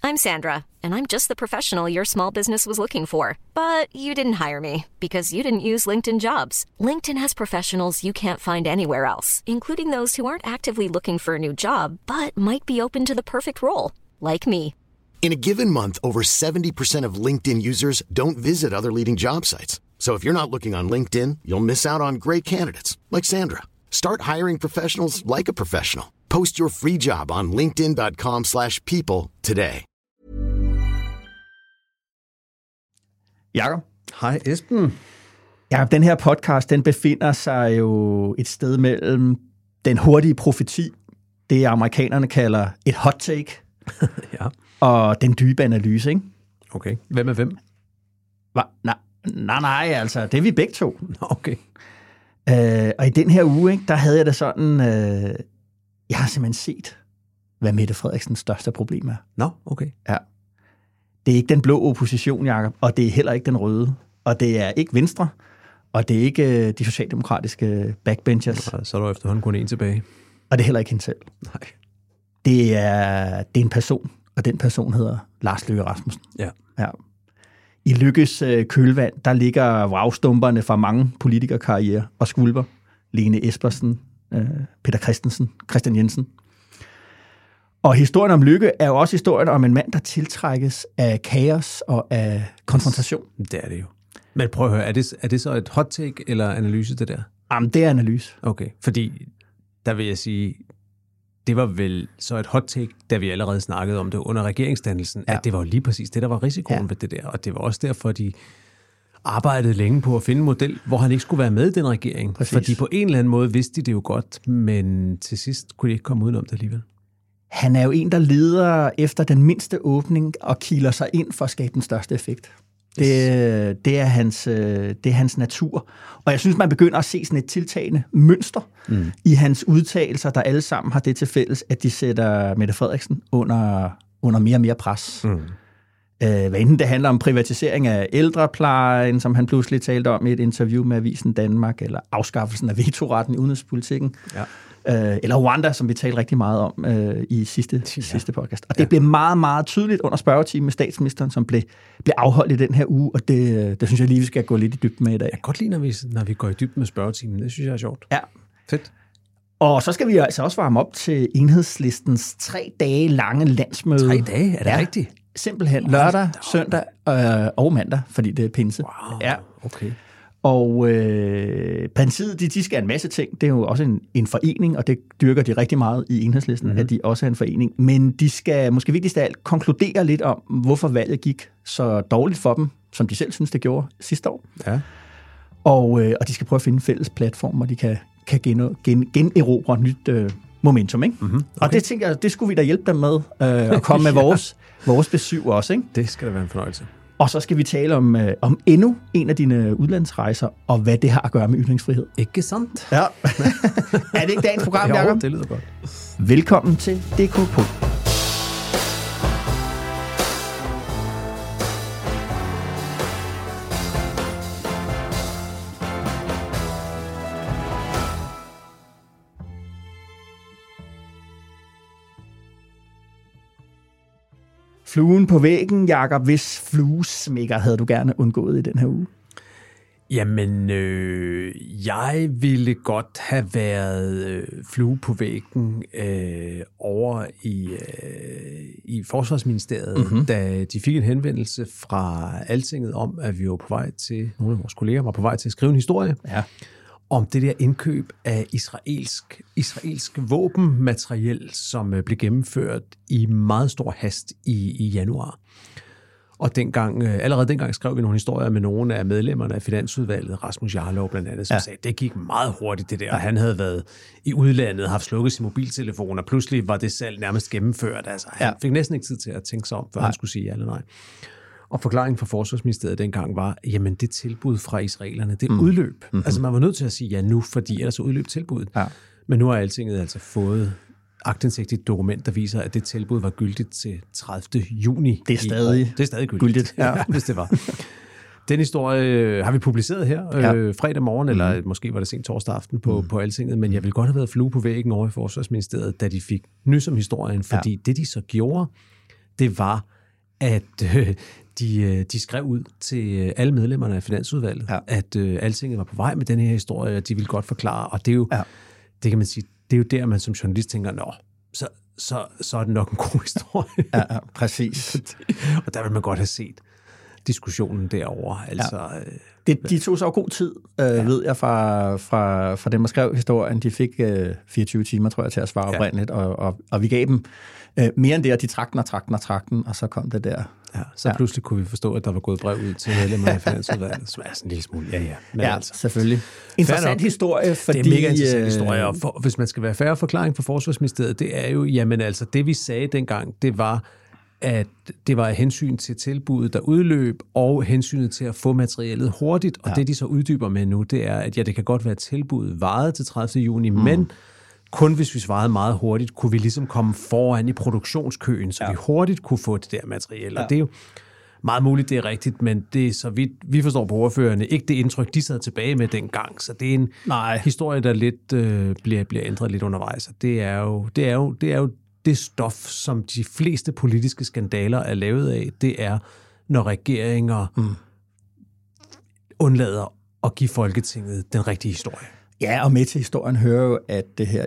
I'm Sandra, and I'm just the professional your small business was looking for. But you didn't hire me because you didn't use LinkedIn Jobs. LinkedIn has professionals you can't find anywhere else, including those who aren't actively looking for a new job, but might be open to the perfect role, like me. In a given month, over 70% of LinkedIn users don't visit other leading job sites. So if you're not looking on LinkedIn, you'll miss out on great candidates like Sandra. Start hiring professionals like a professional. Post your free job on linkedin.com/people today. Jakob. Hej Esben. Ja, den her podcast, den befinder sig jo et sted mellem den hurtige profeti, det amerikanerne kalder et hot take, Ja. og den dybe analyse, ikke? Okay. Hvem er hvem? Nej, altså, det er vi begge to. Okay. Og i den her uge, ikke, der havde jeg det sådan, jeg har simpelthen set, hvad Mette Frederiksens største problem er. Nå, okay. Ja. Det er ikke den blå opposition, Jakob, og det er heller ikke den røde, og det er ikke Venstre, og det er ikke de socialdemokratiske backbenchers. Så er der efterhånden kun en tilbage. Og det er heller ikke hende selv. Nej. Det er en person, og den person hedder Lars Løkke Rasmussen. Ja. Ja. I Løkkes kølvand, der ligger vragstumperne fra mange politikerkarrierer og skvulper. Lene Espersen, Peter Christensen, Christian Jensen. Og historien om Løkke er jo også historien om en mand, der tiltrækkes af kaos og af konfrontation. Det er det jo. Men prøv at høre, er det så et hot take eller analyse, det der? Jamen, det er analyse. Okay, fordi der vil jeg sige, det var vel så et hot take, da vi allerede snakkede om det under regeringsdannelsen, at det var jo lige præcis det, der var risikoen ved det der. Og det var også derfor, de arbejdede længe på at finde en model, hvor han ikke skulle være med i den regering. Præcis. Fordi på en eller anden måde vidste de det jo godt, men til sidst kunne de ikke komme udenom det alligevel. Han er jo en, der leder efter den mindste åbning og kiler sig ind for at skabe den største effekt. Det er hans natur. Og jeg synes, man begynder at se sådan et tiltagende mønster i hans udtalelser, der alle sammen har det til fælles, at de sætter Mette Frederiksen under mere og mere pres. Hvad enten det handler om privatisering af ældreplejen, som han pludselig talte om i et interview med Avisen Danmark, eller afskaffelsen af vetoretten i udenrigspolitikken, eller Rwanda, som vi talte rigtig meget om i sidste podcast. Og det blev meget, meget tydeligt under spørgetimen med statsministeren, som blev afholdt i den her uge, og det synes jeg lige, vi skal gå lidt i dybden med i dag. Jeg kan godt lide, når vi går i dybden med spørgetimen. Det synes jeg er sjovt. Ja. Fedt. Og så skal vi altså også varme op til Enhedslistens 3 dage lange landsmøde. 3 dage? Er det rigtigt? Simpelthen lørdag, søndag og mandag, fordi det er pinse. Wow, ja. Okay. Og princippet, de skal en masse ting. Det er jo også en forening, og det dyrker de rigtig meget i Enhedslisten, at de også er en forening. Men de skal måske vigtigst af alt konkludere lidt om, hvorfor valget gik så dårligt for dem, som de selv synes, det gjorde sidste år. Ja. Og de skal prøve at finde en fælles platform, hvor de kan generobre et nyt momentum. Ikke? Okay. Og det tænker jeg, det skulle vi da hjælpe dem med at komme med vores besøg også. Ikke? Det skal da være en fornøjelse. Og så skal vi tale om endnu en af dine udlandsrejser, og hvad det har at gøre med ytringsfrihed. Ikke sandt? Ja. Er det ikke dagens program, Jacob? Jo, det lyder godt. Velkommen til DKP. Fluen på væggen, Jakob. Hvis fluesmækker havde du gerne undgået i den her uge? Jamen, jeg ville godt have været flue på væggen over i Forsvarsministeriet, da de fik en henvendelse fra Altinget om, at vi var på vej til, nogle af vores kolleger var på vej til at skrive en historie om det der indkøb af israelsk våbenmateriel, som blev gennemført i meget stor hast i januar. Og allerede dengang skrev vi nogle historier med nogle af medlemmerne af Finansudvalget, Rasmus Jarlov blandt andet, som sagde, at det gik meget hurtigt det der. Og han havde været i udlandet, haft slukket sin mobiltelefon, og pludselig var det salg nærmest gennemført. Altså, han fik næsten ikke tid til at tænke sig om, før han skulle sige ja eller nej. Og forklaringen fra Forsvarsministeriet dengang var, jamen det tilbud fra israelerne, det udløb. Altså man var nødt til at sige ja nu, fordi ellers udløb tilbuddet. Ja. Men nu har Altinget altså fået aktindsigt i et dokument, der viser, at det tilbud var gyldigt til 30. juni. Det er stadig gyldigt. Ja, hvis det var. Den historie har vi publiceret her fredag morgen, eller måske var det sent torsdag aften på Altinget, men jeg ville godt have været flue på væggen over i Forsvarsministeriet, da de fik nys om historien, fordi det de så gjorde, det var, at de skrev ud til alle medlemmerne af Finansudvalget, at Altinget var på vej med den her historie, og de ville godt forklare. Og det er jo, det kan man sige, det er jo der, man som journalist tænker, nå, så er det nok en god historie. Ja, præcis. Og der vil man godt have set diskussionen derovre. Altså, de tog så god tid, ved jeg, fra dem, der skrev historien. De fik 24 timer, tror jeg, til at svare oprindeligt, og vi gav dem mere end det, og de trak den, og så kom det der. Ja, så pludselig kunne vi forstå, at der var gået brev ud til medlemmerne af Finansudvalget, som er sådan en lille smule, Men altså, selvfølgelig. Interessant historie, fordi... Det er en mega interessant historie, og hvis man skal være fair forklaring for Forsvarsministeriet, det er jo, jamen altså, det vi sagde dengang, det var, at det var af hensyn til tilbuddet, der udløb, og hensynet til at få materialet hurtigt, og det de så uddyber med nu, det er, at det kan godt være, at tilbuddet varede til 30. juni, men kun hvis vi svarede meget hurtigt, kunne vi ligesom komme foran i produktionskøen, så vi hurtigt kunne få det der materiale. Og det er jo meget muligt, det er rigtigt, men det er så vidt vi forstår på ordførerne, ikke det indtryk, de sad tilbage med dengang. Så det er en historie, der lidt bliver ændret lidt undervejs. Og det er jo det stof, som de fleste politiske skandaler er lavet af. Det er, når regeringer undlader at give Folketinget den rigtige historie. Ja, og med til historien hører jo, at den her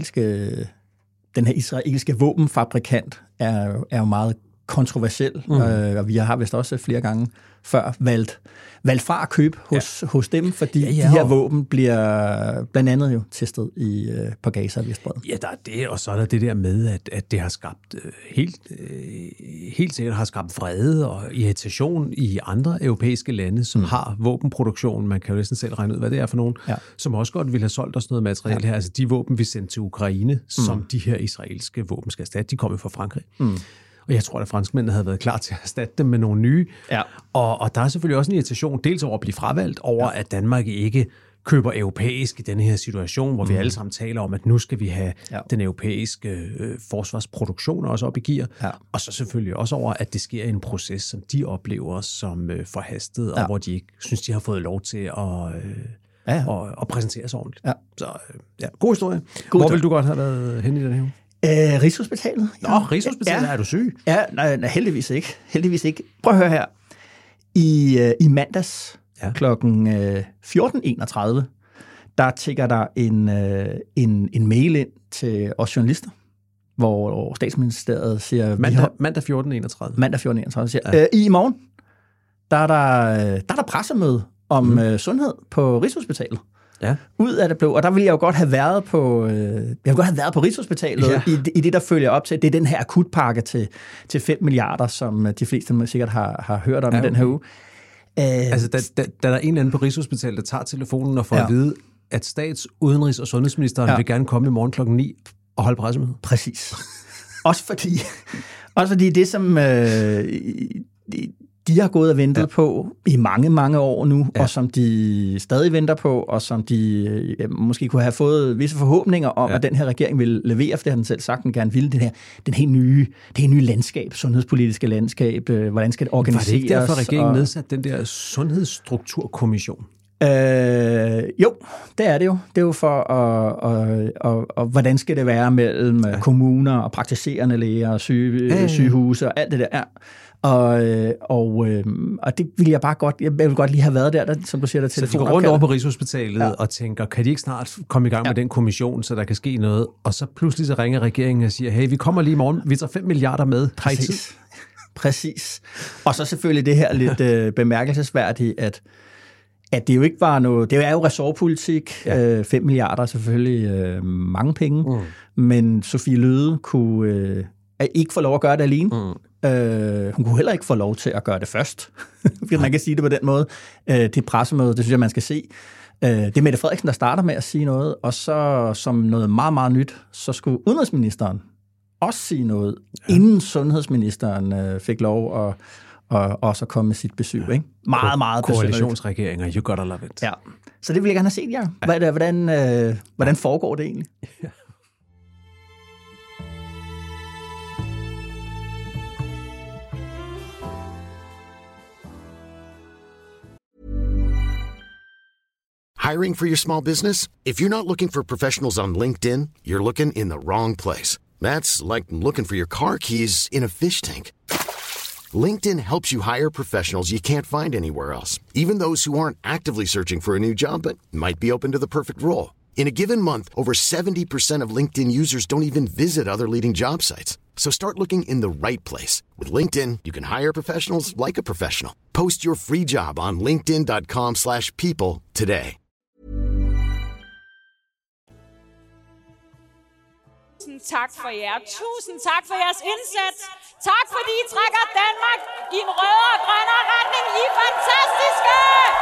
israelske våbenfabrikant er jo meget kontroversiel, og vi har vist også flere gange før valgt fra at købe hos dem, fordi de her våben bliver blandt andet jo testet på Gaza og Vestbredden. Ja, der er det, og så er der det der med, at det har skabt helt sikkert har skabt vrede og irritation i andre europæiske lande, som har våbenproduktion. Man kan jo næsten selv regne ud, hvad det er for nogen, som også godt ville have solgt os noget materiale her. Altså de våben, vi sendte til Ukraine, som de her israelske våben skal erstatte, de kommer fra Frankrig. Og jeg tror, at franskmændene havde været klar til at erstatte dem med nogle nye. Ja. Og der er selvfølgelig også en irritation, dels over at blive fravalgt, over at Danmark ikke køber europæisk i denne her situation, hvor vi alle sammen taler om, at nu skal vi have den europæiske forsvarsproduktion også op i gear. Ja. Og så selvfølgelig også over, at det sker i en proces, som de oplever som forhastet, og hvor de ikke synes, de har fået lov til at præsentere sig ordentligt. Ja. Så god historie. Hvor vil du godt have været henne i den her? Rigshospitalet. Nå, Rigshospitalet, er du syg? Ja, nej, heldigvis ikke. Prøv at høre her. I mandags klokken 14.31, der tikker der en mail ind til os journalister, hvor Statsministeriet siger... Mandag 14.31. Mandag 14.31 siger, i morgen, der er der pressemøde om sundhed på Rigshospitalet. Ja. Ud af det blå, og der ville jeg jo godt have været på Rigshospitalet i det, der følger op til. Det er den her akutpakke til 5 milliarder, som de fleste sikkert har hørt om den her uge. Altså, da der er en eller anden på Rigshospitalet, der tager telefonen og får at vide, at udenrigs- og sundhedsministeren vil gerne komme i morgen klokken 9 og holde pressemøde. Præcis. Også fordi det, som de har gået og ventet på i mange, mange år nu, og som de stadig venter på, og som de måske kunne have fået visse forhåbninger om, at den her regering vil levere, for det har den selv sagt, den gerne ville, det helt nye landskab, sundhedspolitiske landskab, hvordan skal det organiseres? Var det ikke derfor, regeringen nedsatte den der sundhedsstrukturkommission? Jo, det er det jo. Det er jo for, og hvordan skal det være mellem kommuner og praktiserende læger og sygehuse og alt det der. Ja. Og det vil jeg bare godt, jeg vil godt lige have været der som du siger, der telefoner. Så de går rundt over på Rigshospitalet og tænker, kan de ikke snart komme i gang med den kommission, så der kan ske noget? Og så pludselig så ringer regeringen og siger, hey, vi kommer lige i morgen, vi tager 5 milliarder med. Præcis. Og så selvfølgelig det her lidt bemærkelsesværdigt, at det jo ikke var noget, det er jo ressortpolitik, 5 milliarder er selvfølgelig mange penge, men Sophie Løhde kunne ikke få lov at gøre det alene. Hun kunne heller ikke få lov til at gøre det først, hvis man kan sige det på den måde. Det pressemøde, det synes jeg, man skal se. Det er Mette Frederiksen, der starter med at sige noget, og så som noget meget, meget nyt, så skulle udenrigsministeren også sige noget, inden sundhedsministeren fik lov at så komme med sit besøg. Ikke? Meget koalitionsregeringer, you gotta love it. Ja. Så det vil jeg gerne have set, ja. Hvordan foregår det egentlig? Ja. Hiring for your small business? If you're not looking for professionals on LinkedIn, you're looking in the wrong place. That's like looking for your car keys in a fish tank. LinkedIn helps you hire professionals you can't find anywhere else, even those who aren't actively searching for a new job but might be open to the perfect role. In a given month, over 70% of LinkedIn users don't even visit other leading job sites. So start looking in the right place. With LinkedIn, you can hire professionals like a professional. Post your free job on linkedin.com/people today. Tusind tak for jer. Tusind tak for jeres indsats. Tak fordi I trækker Danmark i en rødere og grønnere retning. I er fantastiske!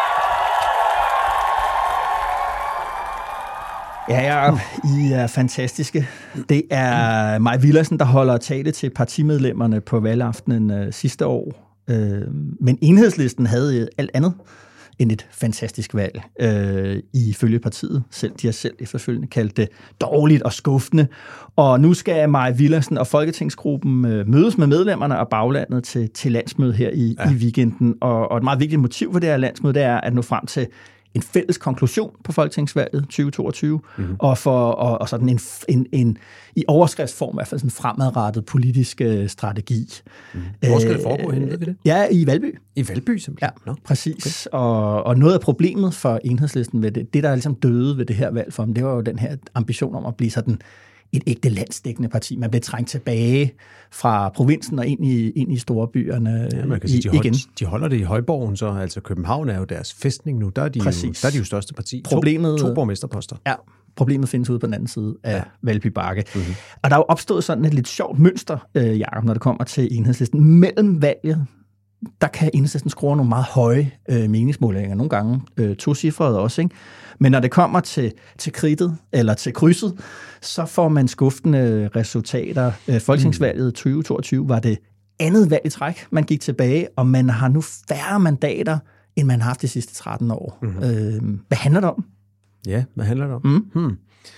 Ja, I er fantastiske. Det er Mai Villadsen, der holder tale til partimedlemmerne på valgaftenen sidste år. Men Enhedslisten havde alt andet end et fantastisk valg ifølge partiet. De har selv efterfølgende kaldt det dårligt og skuffende. Og nu skal Mai Villadsen og Folketingsgruppen mødes med medlemmerne og baglandet til landsmøde her i weekenden. Og et meget vigtigt motiv for det her landsmøde, det er at nå frem til en fælles konklusion på Folketingsvalget 2022, og sådan en i overskriftsform i hvert fald sådan en fremadrettet politisk strategi. Hvor skal det foregå henne, ved vi det? Ja, i Valby. I Valby, simpelthen? Ja, præcis. Okay. Og noget af problemet for Enhedslisten ved det der er ligesom døde ved det her valg for dem, det var jo den her ambition om at blive sådan et ægte landsdækkende parti. Man blev trængt tilbage fra provinsen og ind i storbyerne. Ja, man kan sige, de holder det i højborgen, så altså København er jo deres fæstning nu. Der er de jo største parti. Problemet, to borgmesterposter. Ja, problemet findes ude på den anden side af Valby Bakke. Mm-hmm. Og der er jo opstået sådan et lidt sjovt mønster, Jacob, når det kommer til Enhedslisten. Mellem valget, der kan Enhedslisten score nogle meget høje meningsmålinger, nogle gange tocifrede også, ikke? Men når det kommer til kridtet, eller til krydset, så får man skuffende resultater. Folketingsvalget 2022 var det andet valg i træk. Man gik tilbage, og man har nu færre mandater, end man har haft de sidste 13 år. Mm-hmm. Hvad handler det om? Ja, hvad handler det om?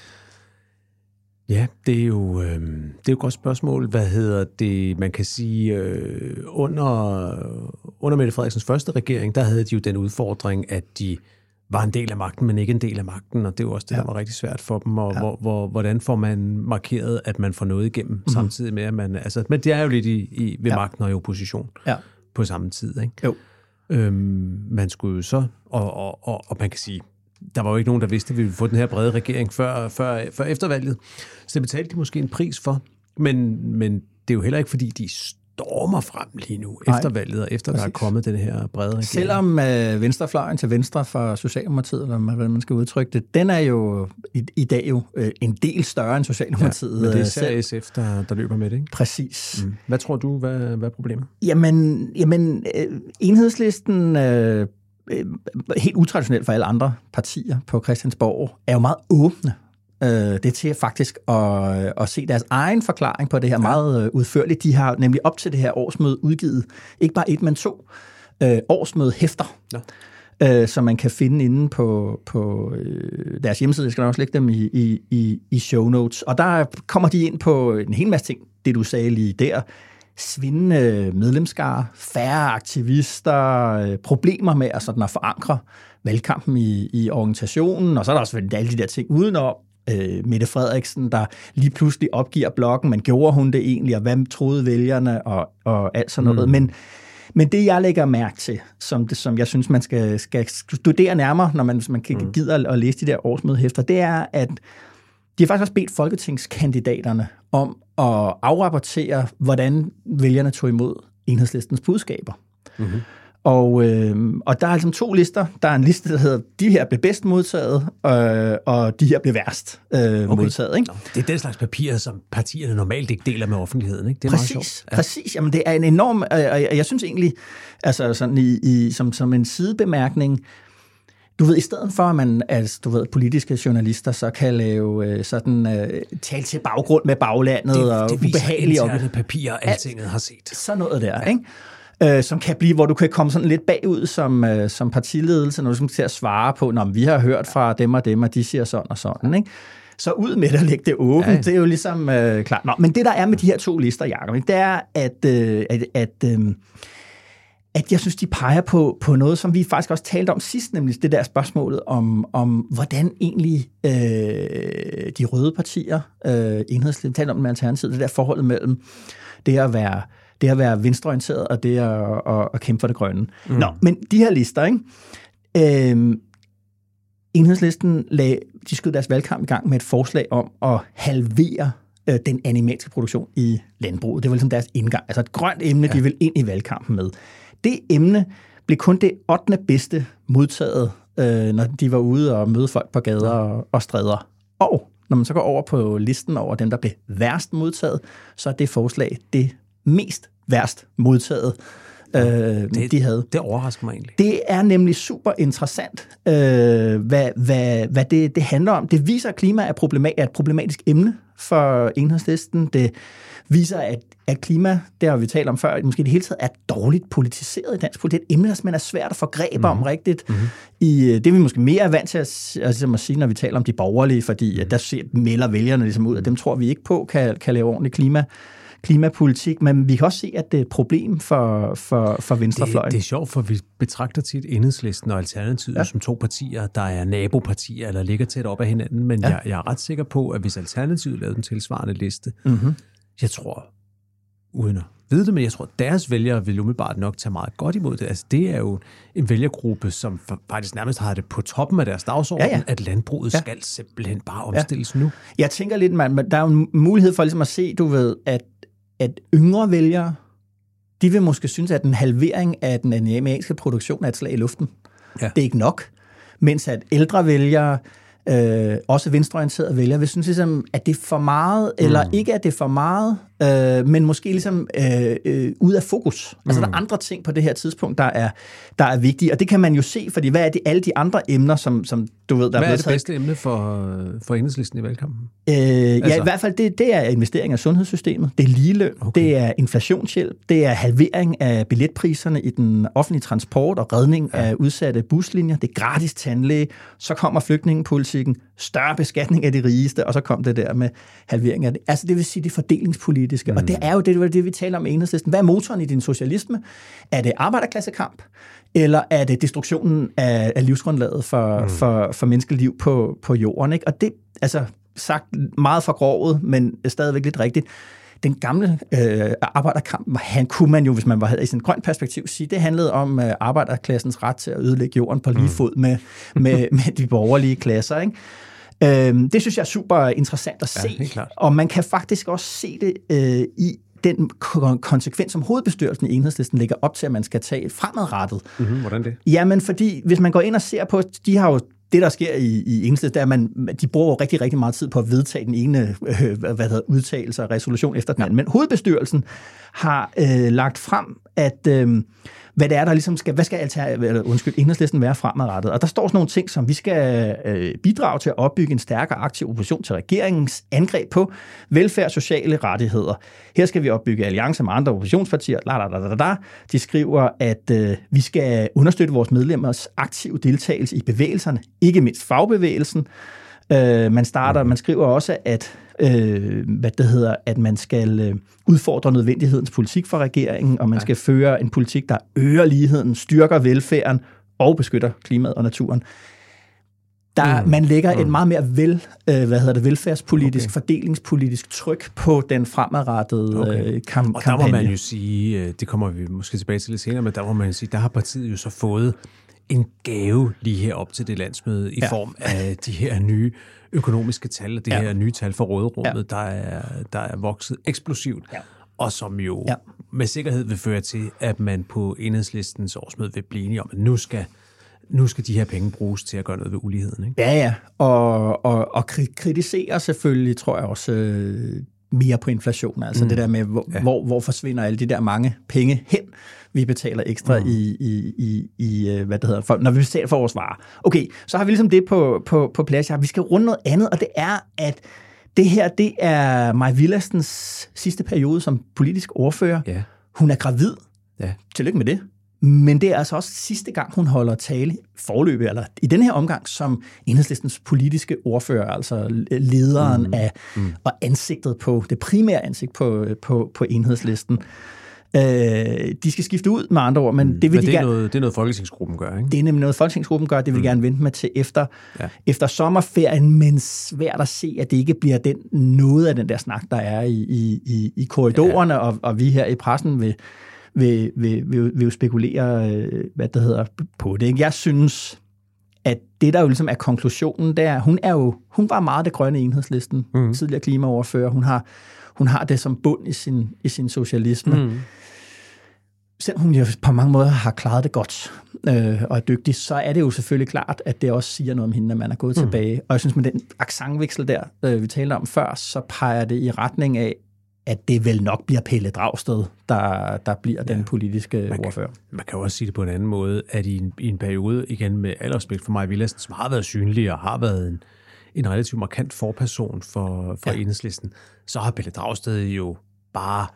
Ja, det er jo et godt spørgsmål. Hvad hedder det? Man kan sige, under Mette Frederiksens første regering, der havde de jo den udfordring, at de var en del af magten, men ikke en del af magten, og det er jo også det, der var rigtig svært for dem, og hvordan får man markeret, at man får noget igennem, samtidig med, at man... Altså, men det er jo lidt ved magten og i opposition på samme tid, ikke? Jo. Man skulle jo så... Og man kan sige, der var jo ikke nogen, der vidste, at vi ville få den her brede regering før eftervalget, så det betalte de måske en pris for, men det er jo heller ikke, fordi de stormer frem lige nu, efter valget, og efter der er kommet den her brede regering. Selvom venstrefløjen til venstre for Socialdemokratiet, eller hvordan man skal udtrykke det, den er jo i dag jo en del større end Socialdemokratiet. Ja, men det er SF, der løber med det, ikke? Præcis. Hvad tror du, hvad er problemet? Jamen Enhedslisten, helt utraditionelt for alle andre partier på Christiansborg, er jo meget åbne. Det er til faktisk at se deres egen forklaring på det her meget udførligt. De har nemlig op til det her årsmøde udgivet ikke bare et, men 2 årsmødehæfter, som man kan finde inde på deres hjemmeside. Jeg skal også lægge dem i show notes. Og der kommer de ind på en hel masse ting, det du sagde lige der. Svindende medlemskare, færre aktivister, problemer med at forankre valgkampen i organisationen, og så er der også alle de der ting udenom. Mette Frederiksen, der lige pludselig opgiver blokken, men gjorde hun det egentlig, og hvad troede vælgerne, og alt sådan noget. Men det, jeg lægger mærke til, som jeg synes, man skal studere nærmere, når man gider at læse de der årsmødehæfter, det er, at de har faktisk også bedt folketingskandidaterne om at afrapportere, hvordan vælgerne tog imod Enhedslistens budskaber. Mm-hmm. Og der er altså 2 lister. Der er en liste, der hedder, de her blev bedst modtaget, og de her blev værst modtaget. Ikke? Det er den slags papirer, som partierne normalt ikke deler med offentligheden. Ikke? Det er præcis, meget sjovt. Ja. Præcis. Jamen, det er en enorm... Og jeg synes egentlig, altså sådan som en sidebemærkning, du ved, i stedet for, at man, altså, politiske journalister så kan lave tale til baggrund med baglandet og ubehagelige... Det viser papirer, altinget har set. Sådan noget der, ikke? Som kan blive, hvor du kan komme sådan lidt bagud som partiledelse, når du skal til at svare på, når vi har hørt fra dem, og de siger sådan og sådan, ikke? Så ud med det og lægge det åbent, det er jo ligesom klart. Nå, men det, der er med de her 2 lister, Jacob, det er, at jeg synes, de peger på noget, som vi faktisk også talte om sidst, nemlig det der spørgsmålet om hvordan egentlig de røde partier, Enhedslisten, talte om med Alternativet, det der forholdet mellem det at være det at være venstreorienteret, og det at kæmpe for det grønne. Nå, men de her lister, ikke? Enhedslisten de skød deres valgkamp i gang med et forslag om at halvere den animalske produktion i landbruget. Det var ligesom deres indgang. Altså et grønt emne, de ville ind i valgkampen med. Det emne blev kun det 8. bedste modtaget, når de var ude og møde folk på gader og stræder. Og når man så går over på listen over dem, der blev værst modtaget, så er det forslag det mest værst modtaget, de havde. Det overrasker mig egentlig. Det er nemlig super interessant, hvad det handler om. Det viser, at klima er et problematisk emne for Enhedslisten. Det viser, at klima, det har vi talt om før, måske det hele taget er dårligt politiseret i dansk politik. Det er et emne, der simpelthen er svært at få greb om rigtigt. Det er vi måske mere vant til at sige, når vi taler om de borgerlige, fordi der melder vælgerne ligesom ud, at dem tror vi ikke på kan lave ordentlig klimapolitik, men vi kan også se, at det er et problem for venstrefløjen. Det er sjovt, for vi betragter tit Enhedslisten og Alternativet som 2 partier, der er nabopartier eller ligger tæt op ad hinanden, men jeg er ret sikker på, at hvis Alternativet lavede en tilsvarende liste, jeg tror, uden at vide det, men jeg tror, at deres vælgere vil umiddelbart nok tage meget godt imod det. Altså, det er jo en vælgergruppe, som faktisk nærmest har det på toppen af deres dagsorden, at landbruget skal simpelthen bare omstilles nu. Jeg tænker lidt, der er jo en mulighed for ligesom at se, du ved, at yngre vælgere, de vil måske synes, at en halvering af den animalske produktion er et slag i luften. Ja. Det er ikke nok. Mens at ældre vælgere, også venstreorienterede vælgere, vil synes ligesom, at det er for meget, eller ikke at det er for meget, men måske ligesom ud af fokus. Altså der er andre ting på det her tidspunkt, der er vigtige, og det kan man jo se, fordi hvad er det alle de andre emner, som du ved, der hvad er det bedste emne for Enhedslisten i valgkampen? Ja, i hvert fald det er investering af sundhedssystemet, det er ligeløn, det er inflationshjælp, det er halvering af billetpriserne i den offentlige transport og redning af udsatte buslinjer, det er gratis tandlæge, så kommer flygtningepolitikken, større beskatning af de rigeste, og så kom det der med halvering af det. Altså det vil sige det fordelingspolitiske, og det er jo det, vi taler om i Enhedslisten. Hvad er motoren i din socialisme? Er det arbejderklassekamp? Eller er det destruktionen af livsgrundlaget for menneskeliv på jorden? Ikke? Og det altså sagt meget forgrovet, men stadigvæk lidt rigtigt. Den gamle arbejderkamp, kunne man jo, hvis man var i sådan et grønt perspektiv, sige, det handlede om arbejderklassens ret til at ødelægge jorden på lige fod med de borgerlige klasser. Ikke? Det synes jeg er super interessant at se, og man kan faktisk også se det i den konsekvens, som hovedbestyrelsen i Enhedslisten lægger op til, at man skal tage fremadrettet. Hvordan det? Jamen, fordi hvis man går ind og ser på, de har jo det, der sker i Enhedslisten, det er, de bruger rigtig, rigtig meget tid på at vedtage den ene udtalelse og resolution efter den anden. Men hovedbestyrelsen har lagt frem, at hvad det er, der ligesom skal, Enhedslisten være fremadrettet. Og der står sådan nogle ting, som vi skal bidrage til at opbygge en stærkere aktiv opposition til regeringens angreb på velfærd og sociale rettigheder. Her skal vi opbygge alliancer med andre oppositionspartier. De skriver, at vi skal understøtte vores medlemmers aktive deltagelse i bevægelserne, ikke mindst fagbevægelsen. Man skriver også, at at man skal udfordre nødvendighedens politik for regeringen, og man skal føre en politik, der øger ligheden, styrker velfærden og beskytter klimaet og naturen. Man lægger et meget mere velfærdspolitisk, fordelingspolitisk tryk på den fremadrettede kampagne. Og der må man jo sige, det kommer vi måske tilbage til lidt senere, men der må man sige, der har partiet jo så fået en gave lige her op til det landsmøde i form af de her nye økonomiske tal, og det her nye tal for råderummet, der er vokset eksplosivt, og som jo med sikkerhed vil føre til, at man på Enhedslistens årsmøde vil blive enige om, at nu skal de her penge bruges til at gøre noget ved uligheden. Ikke? Ja, og kritisere selvfølgelig, tror jeg også mere på inflation. Altså det der med, hvor forsvinder alle de der mange penge hen, vi betaler ekstra i når vi betaler for vores varer. Okay, så har vi ligesom det på plads. Vi skal runde noget andet, og det er, at det her, det er Mai Villadsens sidste periode som politisk ordfører. Ja. Hun er gravid. Ja. Tillykke med det. Men det er altså også sidste gang, hun holder tale forløbig, eller i den her omgang, som Enhedslistens politiske ordfører, altså lederen af, og ansigtet på, det primære ansigt på Enhedslisten. De skal skifte ud med andre ord, men det vil de gerne. Det er noget Folketingsgruppen gør, ikke? Det er nemlig noget, Folketingsgruppen gør. Det vil de gerne vente med til efter sommerferien, men svært at se, at det ikke bliver noget af den der snak, der er i korridorerne, og vi her i pressen vil jo spekulere, hvad det hedder, på det. Jeg synes, at det, der jo ligesom er konklusionen, der, hun var meget det grønne Enhedslisten, tidligere klimaoverfører. Hun har det som bund i sin socialisme. Selvom hun jo på mange måder har klaret det godt og er dygtig, så er det jo selvfølgelig klart, at det også siger noget om hende, at man er gået tilbage. Og jeg synes, med den accentveksel der, vi talte om før, så peger det i retning af, at det vel nok bliver Pelle Dragsted, der bliver den politiske ordfører. Man kan jo også sige det på en anden måde, at i en periode, igen med al respekt for Mai Villadsen, som har været synlig og har været en relativt markant forperson for Enhedslisten, så har Pelle Dragsted jo bare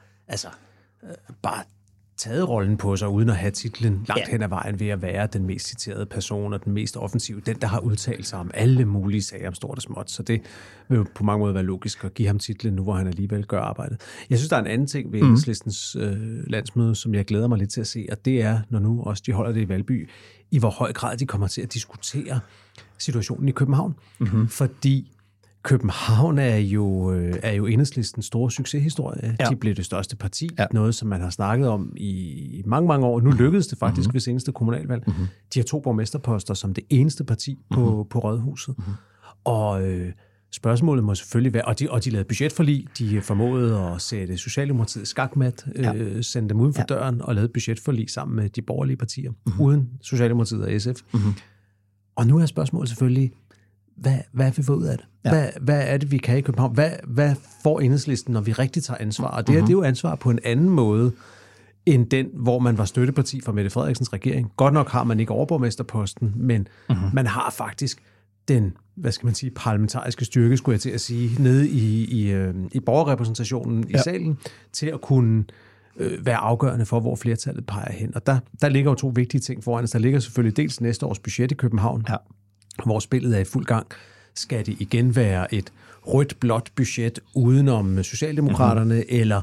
taget rollen på sig, uden at have titlen langt hen ad vejen ved at være den mest citerede person og den mest offensive, den, der har udtalt sig om alle mulige sager om stort og småt. Så det vil jo på mange måder være logisk at give ham titlen nu, hvor han alligevel gør arbejdet. Jeg synes, der er en anden ting ved Enhedslistens landsmøde, som jeg glæder mig lidt til at se, og det er, når nu også de holder det i Valby, i hvor høj grad de kommer til at diskutere situationen i København. Fordi København er jo Enhedslistens store succeshistorie. De blev det største parti, noget som man har snakket om i mange, mange år. Nu lykkedes det faktisk ved seneste kommunalvalg. De har 2 borgmesterposter som det eneste parti på Rådhuset. Og spørgsmålet må selvfølgelig være, og de lavede budgetforlig, de formåede at sætte Socialdemokratiet skakmat, sende dem uden for døren og lavede budgetforlig sammen med de borgerlige partier, uden Socialdemokratiet og SF. Og nu er spørgsmålet selvfølgelig, hvad vi får ud af det? Hvad er det, vi kan i København? Hvad får Enhedslisten, når vi rigtig tager ansvar? Og det er jo ansvar på en anden måde, end den, hvor man var støtteparti for Mette Frederiksens regering. Godt nok har man ikke overborgmesterposten, men man har faktisk den, parlamentariske styrke, skulle jeg til at sige, nede i borgerrepræsentationen i salen, til at kunne være afgørende for, hvor flertallet peger hen. Og der ligger jo 2 vigtige ting foran os. Der ligger selvfølgelig dels næste års budget i København, hvor spillet er i fuld gang. Skal det igen være et rødt-blåt budget udenom Socialdemokraterne, eller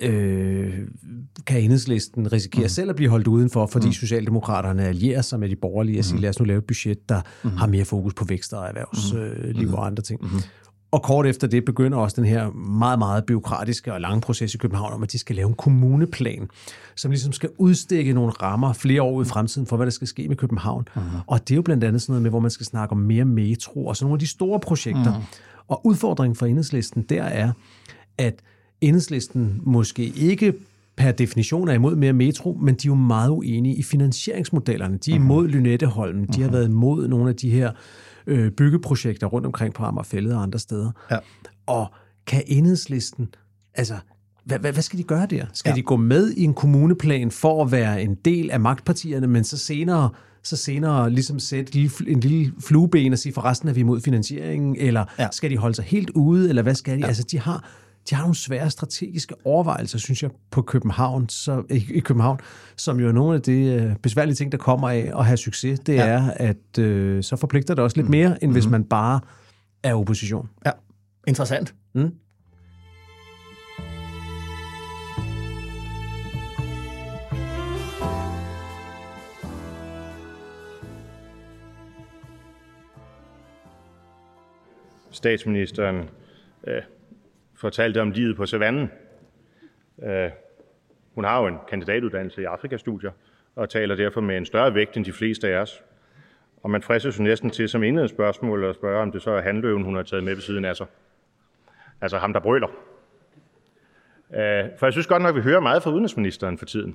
kan Enhedslisten risikere selv at blive holdt udenfor, fordi Socialdemokraterne allierer sig med de borgerlige og siger, lad os nu lave et budget, der har mere fokus på vækst og erhvervsliv og andre ting. Og kort efter det begynder også den her meget, meget bureaukratiske og lange proces i København om, at de skal lave en kommuneplan, som ligesom skal udstikke nogle rammer flere år ud i fremtiden for, hvad der skal ske med København. Og det er jo blandt andet sådan noget med, hvor man skal snakke om mere metro og sådan nogle af de store projekter. Og udfordringen for Enhedslisten der er, at Enhedslisten måske ikke per definition er imod mere metro, men de er jo meget uenige i finansieringsmodellerne. De er imod Lynetteholmen, de har været imod nogle af de her byggeprojekter rundt omkring på Amagerfælled og andre steder. Og kan Enhedslisten, hvad skal de gøre der? Skal de gå med i en kommuneplan for at være en del af magtpartierne, men så senere ligesom sætte en lille flueben og sige, forresten er vi imod finansieringen, eller skal de holde sig helt ude, eller hvad skal de? Altså, de har nogle svære strategiske overvejelser, synes jeg, i København, som jo er nogle af de besværlige ting, der kommer af at have succes. Det er, at så forpligter det også lidt mere, end hvis man bare er opposition. Ja, interessant. Statsministeren fortalte om livet på savannen. Hun har jo en kandidatuddannelse i Afrikastudier og taler derfor med en større vægt end de fleste af os. Og man fristes jo næsten til som indledningsspørgsmål at spørge, om det så er hanløven, hun har taget med ved siden af sig. Altså ham, der brøler. For jeg synes godt nok, vi hører meget fra udenrigsministeren for tiden.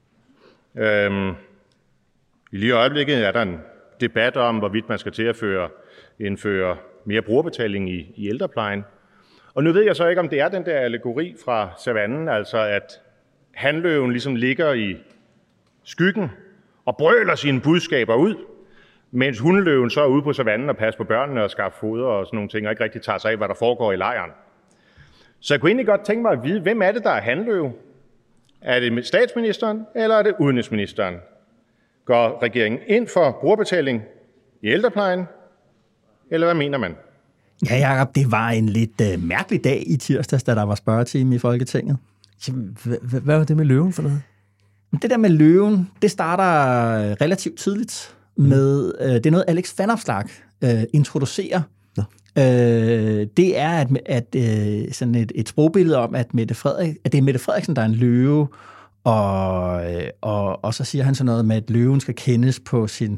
I lige øjeblikket er der en debat om, hvorvidt man skal til at indføre mere brugerbetaling i ældreplejen. Og nu ved jeg så ikke, om det er den der allegori fra savannen, altså at hanløven ligesom ligger i skyggen og brøler sine budskaber ud, mens hundeløven så er ude på savannen og passer på børnene og skaffer foder og sådan nogle ting, og ikke rigtig tager sig af, hvad der foregår i lejren. Så jeg kunne egentlig godt tænke mig at vide, hvem er det, der er hanløve? Er det statsministeren, eller er det udenrigsministeren? Går regeringen ind for brugerbetaling i ældreplejen, eller hvad mener man? Ja, Jacob, det var en lidt mærkelig dag i tirsdags, da der var spørgetime i Folketinget. Jamen, hvad var det med løven for noget? Det der med løven, det starter relativt tidligt med, det er noget Alex Van Opslark introducerer. Det er at sådan et sprogbillede om, at det er Mette Frederiksen, der er en løve, og så siger han sådan noget med, at løven skal kendes på sin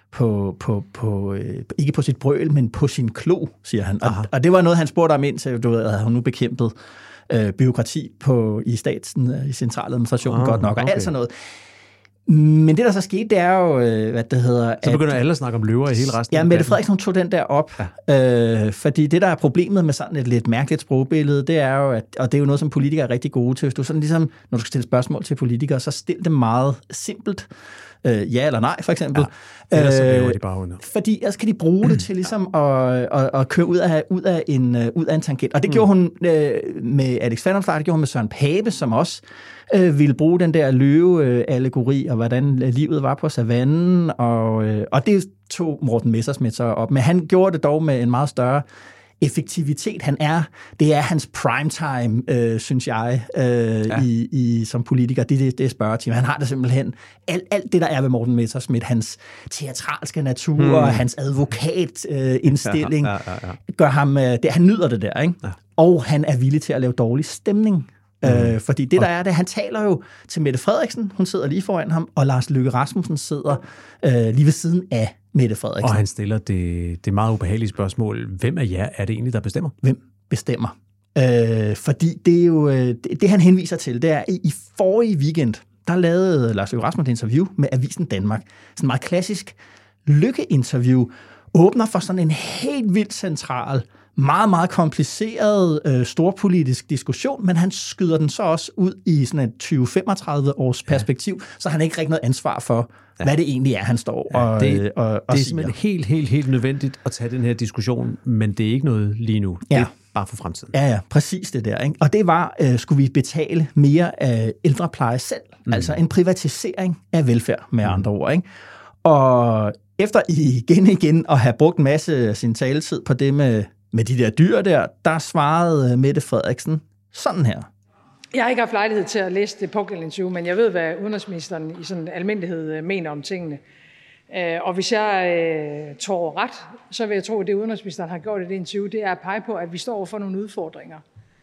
ikke på sit brøl, men på sin klo, siger han. Og det var noget, han spurgte om indtil, havde hun nu bekæmpet byråkrati i i centraladministrationen godt nok, og alt sådan noget. Men det, der så skete, det er jo, hvad det hedder... Så begynder alle at snakke om løver i hele resten af Mette Frederiksen tog den der op, fordi det, der er problemet med sådan et lidt mærkeligt sprogbillede, det er jo, og det er jo noget, som politikere er rigtig gode til, hvis du sådan ligesom, når du skal stille spørgsmål til politikere, så stil det meget simpelt. Ja eller nej, for eksempel. Ja, ellers så laver de bare under. Fordi ellers kan de bruge det til ligesom at køre ud af en tangent. Og det gjorde hun med Alex Van Opslark, det gjorde hun med Søren Pape, som også ville bruge den der løve-allegori, og hvordan livet var på savannen, og det tog Morten Messerschmidt så op. Men han gjorde det dog med en meget større effektivitet. Det er hans primetime, synes jeg, som politiker. Det er spørgetime. Han har det simpelthen. Alt det, der er ved Morten Messerschmidt, hans teatralske natur, hans advokatindstilling, gør ham... han nyder det der, ikke? Ja. Og han er villig til at lave dårlig stemning. Fordi det, der er det, han taler jo til Mette Frederiksen, hun sidder lige foran ham, og Lars Løkke Rasmussen sidder lige ved siden af Mette Frederiksen. Og han stiller det meget ubehagelige spørgsmål, hvem af jer er det egentlig, der bestemmer? Hvem bestemmer? Fordi det er jo, det han henviser til, det er, i forrige weekend, der lavede Lars Løkke Rasmussen et interview med Avisen Danmark. Sådan en meget klassisk Løkke-interview, åbner for sådan en helt vildt central, meget, meget kompliceret storpolitisk diskussion, men han skyder den så også ud i sådan et 20-35 års perspektiv, så han ikke rigtig noget ansvar for, hvad det egentlig er, han står og det siger. Det er simpelthen helt nødvendigt at tage den her diskussion, men det er ikke noget lige nu. Det er bare for fremtiden. Ja, præcis det der. Ikke? Og det var, skulle vi betale mere af ældrepleje selv? Altså en privatisering af velfærd, med andre ord. Ikke? Og efter igen at have brugt en masse af sin taletid på det med de der dyr der svarede Mette Frederiksen sådan her. Jeg har ikke haft lejlighed til at læse det pågældende interview, men jeg ved, hvad udenrigsministeren i sådan almindelighed mener om tingene. Og hvis jeg tror ret, så vil jeg tro, at det udenrigsministeren har gjort i det interview, det er at pege på, at vi står over for nogle udfordringer.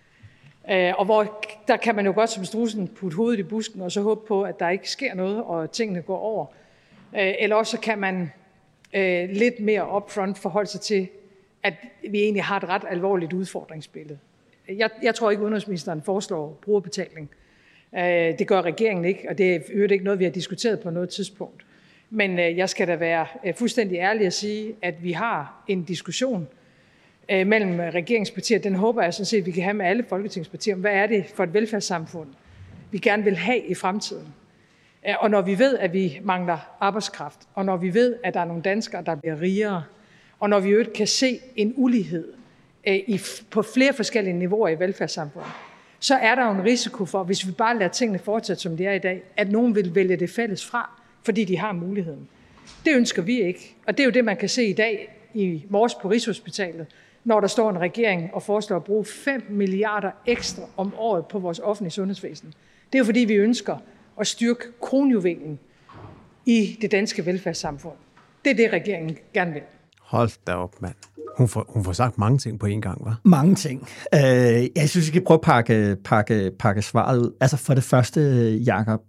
Og hvor der kan man jo godt som strudsen putte hovedet i busken, og så håbe på, at der ikke sker noget, og tingene går over. Eller også så kan man lidt mere upfront forholde sig til, at vi egentlig har et ret alvorligt udfordringsbillede. Jeg tror ikke, udenrigsministeren foreslår brugerbetaling. Det gør regeringen ikke, og det er ikke noget, vi har diskuteret på noget tidspunkt. Men jeg skal da være fuldstændig ærlig at sige, at vi har en diskussion mellem regeringspartier. Den håber jeg sådan set, vi kan have med alle folketingspartier. Hvad er det for et velfærdssamfund, vi gerne vil have i fremtiden? Og når vi ved, at vi mangler arbejdskraft, og når vi ved, at der er nogle danskere, der bliver rigere, og når vi jo kan se en ulighed på flere forskellige niveauer i velfærdssamfundet, så er der jo en risiko for, hvis vi bare lader tingene fortsætte, som de er i dag, at nogen vil vælge det fælles fra, fordi de har muligheden. Det ønsker vi ikke. Og det er jo det, man kan se i dag i morges på Rigshospitalet, når der står en regering og foreslår at bruge 5 milliarder ekstra om året på vores offentlige sundhedsvæsen. Det er jo fordi, vi ønsker at styrke kronjuvelen i det danske velfærdssamfund. Det er det, regeringen gerne vil. Hold da op, mand. Hun får sagt mange ting på en gang, hva'? Mange ting. Jeg synes, vi skal prøve at pakke svaret ud. Altså for det første, Jakob,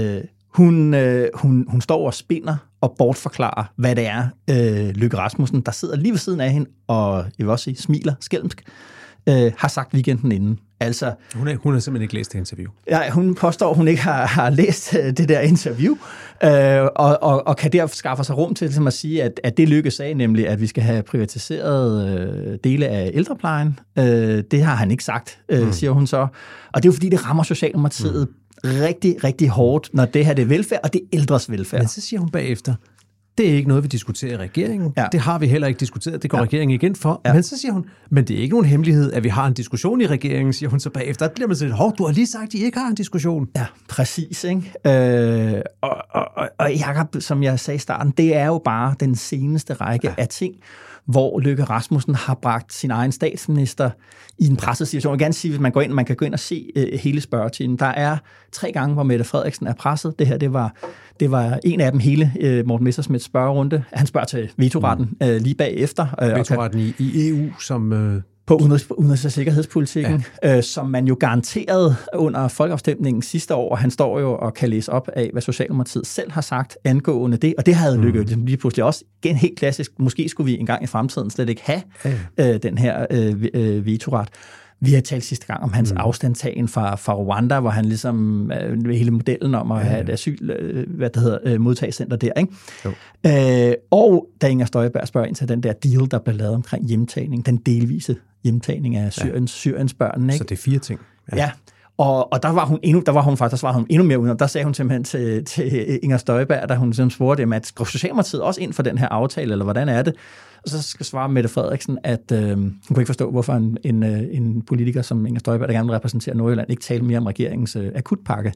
hun står og spinder og bortforklarer, hvad det er, Løkke Rasmussen, der sidder lige ved siden af hende, og jeg vil også sige, smiler skælmsk, har sagt weekenden inden. Altså, hun har simpelthen ikke læst det interview. Ja, hun påstår, hun ikke har læst det der interview, og kan derfor skaffe sig rum til at sige, at det Løkke sagde, nemlig at vi skal have privatiseret dele af ældreplejen. Det har han ikke sagt, siger hun så. Og det er jo fordi, det rammer Socialdemokratiet rigtig, rigtig hårdt, når det her det er velfærd, og det er ældres velfærd. Men så siger hun bagefter, Det er ikke noget, vi diskuterer i regeringen. Ja. Det har vi heller ikke diskuteret. Det går regeringen igen for. Ja. Men så siger hun, men det er ikke nogen hemmelighed, at vi har en diskussion i regeringen, siger hun så bagefter. Der bliver man sådan, du har lige sagt, at I ikke har en diskussion. Ja, præcis. Ikke? Og Jacob, som jeg sagde i starten, det er jo bare den seneste række af ting, hvor Løkke Rasmussen har bragt sin egen statsminister i en presset situation. Jeg vil gerne sige, hvis man kan gå ind og se hele spørgetimen. Der er 3 gange, hvor Mette Frederiksen er presset. Det her, det var en af dem, hele Morten Messerschmidts spørgerunde. Han spørger til vetoretten lige bagefter. Vetoretten i EU, som... På udenrigs- og sikkerhedspolitikken, som man jo garanterede under folkeafstemningen sidste år. Han står jo og kan læse op af, hvad Socialdemokratiet selv har sagt angående det, og det havde Løkke ligesom lige pludselig også igen helt klassisk. Måske skulle vi engang i fremtiden slet ikke have den her vetoret. Vi har talt sidste gang om hans afstandtagen fra Rwanda, hvor han ligesom hele modellen om at have et asyl, modtagscenter der, ikke? Og da Inger Støjberg spørger ind til den der deal, der blev lavet omkring hjemtagning, den delvise hjemtagning af Syriens børn, ikke? Så det er 4 ting. Ja. Og der svarede hun endnu mere udenom. Der sagde hun simpelthen til Inger Støjberg, da hun simpelthen spurgte dem, at går Socialdemokratiet også ind for den her aftale, eller hvordan er det? Og så skal svare Mette Frederiksen, at hun kunne ikke forstå, hvorfor en politiker som Inger Støjberg, der gerne vil repræsentere Nordjylland, ikke taler mere om regeringens akutpakke.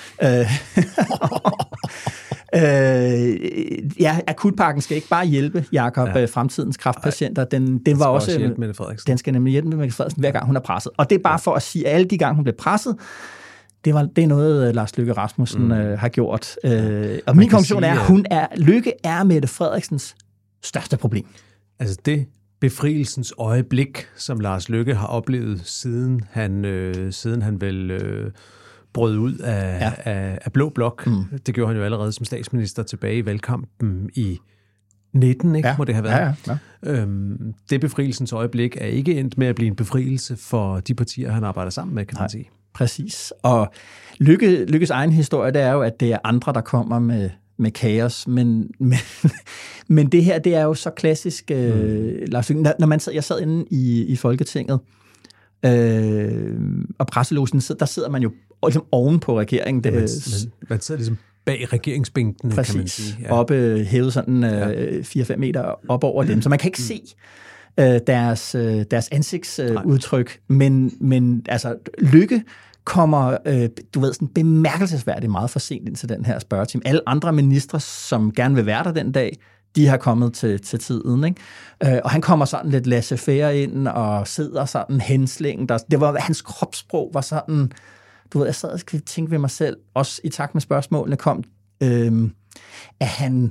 Akutpakken skal ikke bare hjælpe, Jacob, fremtidens kræftpatienter. Den var også hjælpe Mette Frederiksen. Den skal nemlig hjælpe Mette Frederiksen, hver gang hun er presset. Og det er bare for at sige, at alle de gange, hun blev presset, det er noget, Lars Løkke Rasmussen har gjort. Og min konklusion er, Løkke er Mette Frederiksens største problem. Altså det befrielsens øjeblik, som Lars Løkke har oplevet, siden han vel brød ud af Blå Blok. Det gjorde han jo allerede som statsminister tilbage i valgkampen i 19, ikke? Må det have været. Ja. Det befrielsens øjeblik er ikke endt med at blive en befrielse for de partier, han arbejder sammen med, kan man sige. Præcis. Og Lykkes egen historie, det er jo, at det er andre, der kommer med kaos, men det her, det er jo så klassisk, Lars Løkke. Når jeg sad inde i Folketinget, og presselogen, der sidder man jo ligesom oven på regeringen. Man sidder ligesom bag regeringsbænken, kan man sige. Ja. Oppe, hævet sådan 4-5 meter op over dem, så man kan ikke se deres ansigtsudtryk, men altså Løkke kommer, sådan bemærkelsesværdigt meget for sent ind til den her spørgetime. Alle andre ministre, som gerne vil være der den dag, de har kommet til tiden, ikke? Og han kommer sådan lidt laissez-faire ind og sidder sådan henslængt. Det var, hans kropssprog var sådan, jeg sad og tænkte ved mig selv, også i takt med spørgsmålene kom, er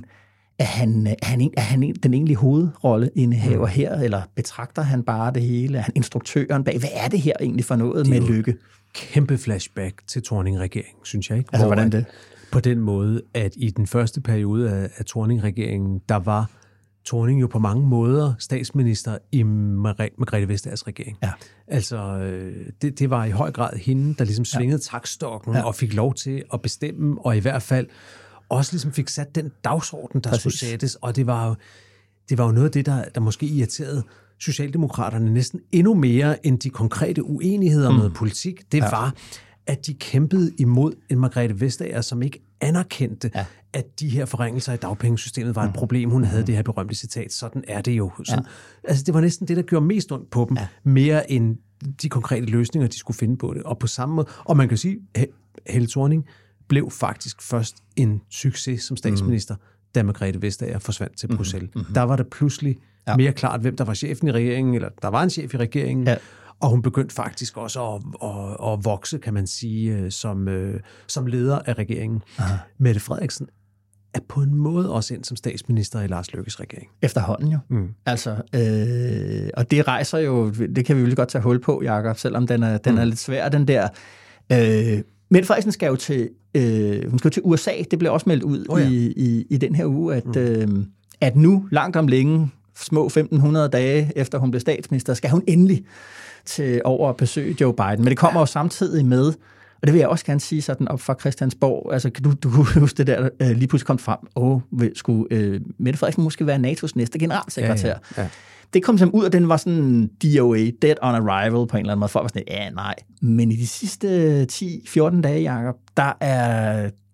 han den egentlige hovedrolleindehaver her, eller betragter han bare det hele? Er han instruktøren bag? Hvad er det her egentlig for noget med Løkke? Kæmpe flashback til Thorning-regeringen, synes jeg, ikke? Altså, hvordan det? På den måde, at i den første periode af Thorning-regeringen, der var Thorning jo på mange måder statsminister i Margrethe Vestagers regering. Ja. Altså, det var i høj grad hende, der ligesom svingede taktstokken og fik lov til at bestemme, og i hvert fald også ligesom fik sat den dagsorden, der skulle sættes, og det var jo noget af det, der måske irriterede Socialdemokraterne næsten endnu mere end de konkrete uenigheder med politik. Det var, at de kæmpede imod en Margrethe Vestager, som ikke anerkendte, at de her forringelser i dagpengesystemet var et problem. Hun havde det her berømte citat, sådan er det jo. Altså, det var næsten det, der gjorde mest ondt på dem, mere end de konkrete løsninger, de skulle finde på det. Og på samme måde, og man kan sige, Helle Thorning blev faktisk først en succes som statsminister, da Margrethe Vestager forsvandt til Bruxelles. Der var det pludselig mere klart, hvem der var chefen i regeringen, eller der var en chef i regeringen, og hun begyndte faktisk også at vokse, kan man sige, som leder af regeringen. Aha. Mette Frederiksen er på en måde også ind som statsminister i Lars Løkkes regering. Efterhånden jo. Altså, og det rejser jo, det kan vi jo lige godt tage hul på, Jacob, selvom den er lidt svær, den der. Mette Frederiksen skal jo til USA, det blev også meldt ud i den her uge, at nu, langt om længe, små 1.500 dage efter hun blev statsminister, skal hun endelig til over at besøge Joe Biden. Men det kommer jo samtidig med, og det vil jeg også gerne sige sådan op fra Christiansborg, altså du kunne huske det der lige pludselig kom frem, skulle Mette Frederiksen måske være NATO's næste generalsekretær? Ja. Det kom simpelthen ud, og den var sådan DOA, dead on arrival på en eller anden måde. Folk var sådan, nej. Men i de sidste 10-14 dage, Jacob, der er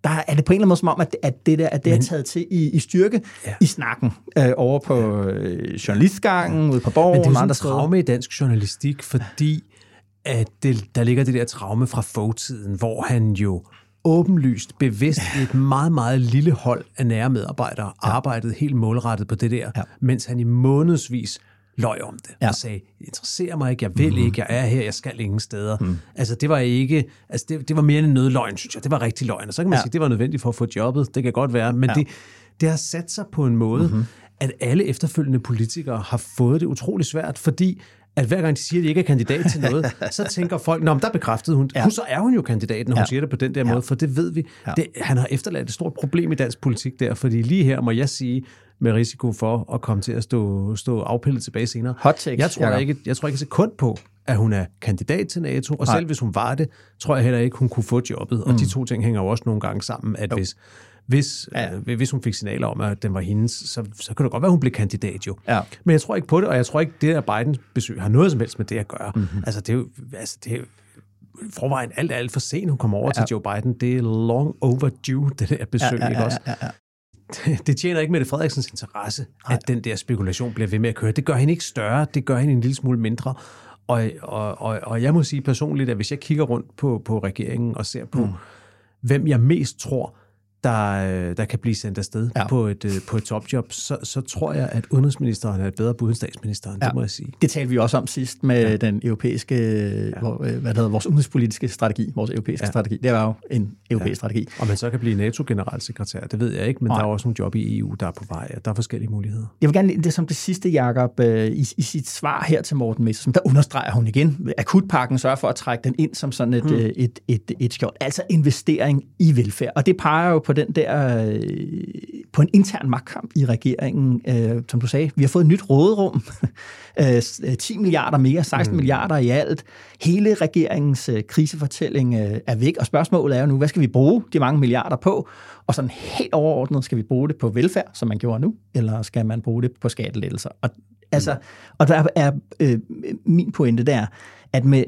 der er det på en eller anden måde som om, at det er taget til i styrke i snakken over på journalistgangen, ude på Borgen. Men det er jo sådan en traume i dansk journalistik, fordi at der ligger det der traume fra Fogh-tiden, hvor han jo åbenlyst, bevidst i et meget, meget lille hold af nære medarbejdere arbejdede helt målrettet på det der, mens han i månedsvis løj om det og sagde, det interesserer mig ikke, jeg vil ikke, jeg er her, jeg skal ingen steder. Altså det var ikke, det var mere en nødløgn, synes jeg. Det var rigtig løgn. Og så kan man sige, det var nødvendigt for at få jobbet. Det kan godt være, men det har sat sig på en måde, at alle efterfølgende politikere har fået det utrolig svært, fordi at hver gang de siger, at de ikke er kandidat til noget, så tænker folk, nå, men der bekræftede hun. Så er hun jo kandidat, når hun siger det på den der måde, for det ved vi. Han har efterladt et stort problem i dansk politik der, fordi lige her må jeg sige, med risiko for at komme til at stå afpillet tilbage senere. Jeg tror ikke et sekund på, at hun er kandidat til NATO, og selv hvis hun var det, tror jeg heller ikke, hun kunne få jobbet. Og de to ting hænger jo også nogle gange sammen, at hvis hun fik signaler om, at den var hendes, så kan det godt være, at hun blev kandidat jo. Men jeg tror ikke på det, og jeg tror ikke, det der Bidens besøg har noget som helst med det at gøre. Altså, det er jo forvejen alt for sent, hun kommer over til Joe Biden. Det er long overdue, det der besøg, ikke også? Det tjener ikke Mette Frederiksens interesse, at den der spekulation bliver ved med at køre. Det gør hende ikke større, det gør hende en lille smule mindre. Og jeg må sige personligt, at hvis jeg kigger rundt på regeringen og ser på, hvem jeg mest tror, der kan blive sendt afsted på et topjob, så tror jeg, at udenrigsministeren er et bedre bud end statsministeren, det må jeg sige. Det talte vi også om sidst med den europæiske, vores udenrigspolitiske strategi, vores europæiske strategi. Det var jo en europæisk strategi. Og man så kan blive NATO-generalsekretær, det ved jeg ikke, men der er også nogle job i EU, der er på vej, og der er forskellige muligheder. Jeg vil gerne det som det sidste, Jacob, i sit svar her til Morten Messerschmidt, der understreger hun igen, akutpakken sørger for at trække den ind som sådan et skjold, altså investering i velfærd. Og det peger jo på den der, på en intern magtkamp i regeringen, som du sagde. Vi har fået et nyt råderum, 10 milliarder mere, 16 milliarder i alt. Hele regeringens krisefortælling er væk, og spørgsmålet er jo nu, hvad skal vi bruge de mange milliarder på? Og sådan helt overordnet, skal vi bruge det på velfærd, som man gjorde nu, eller skal man bruge det på skattelettelser? Og der er min pointe der, at med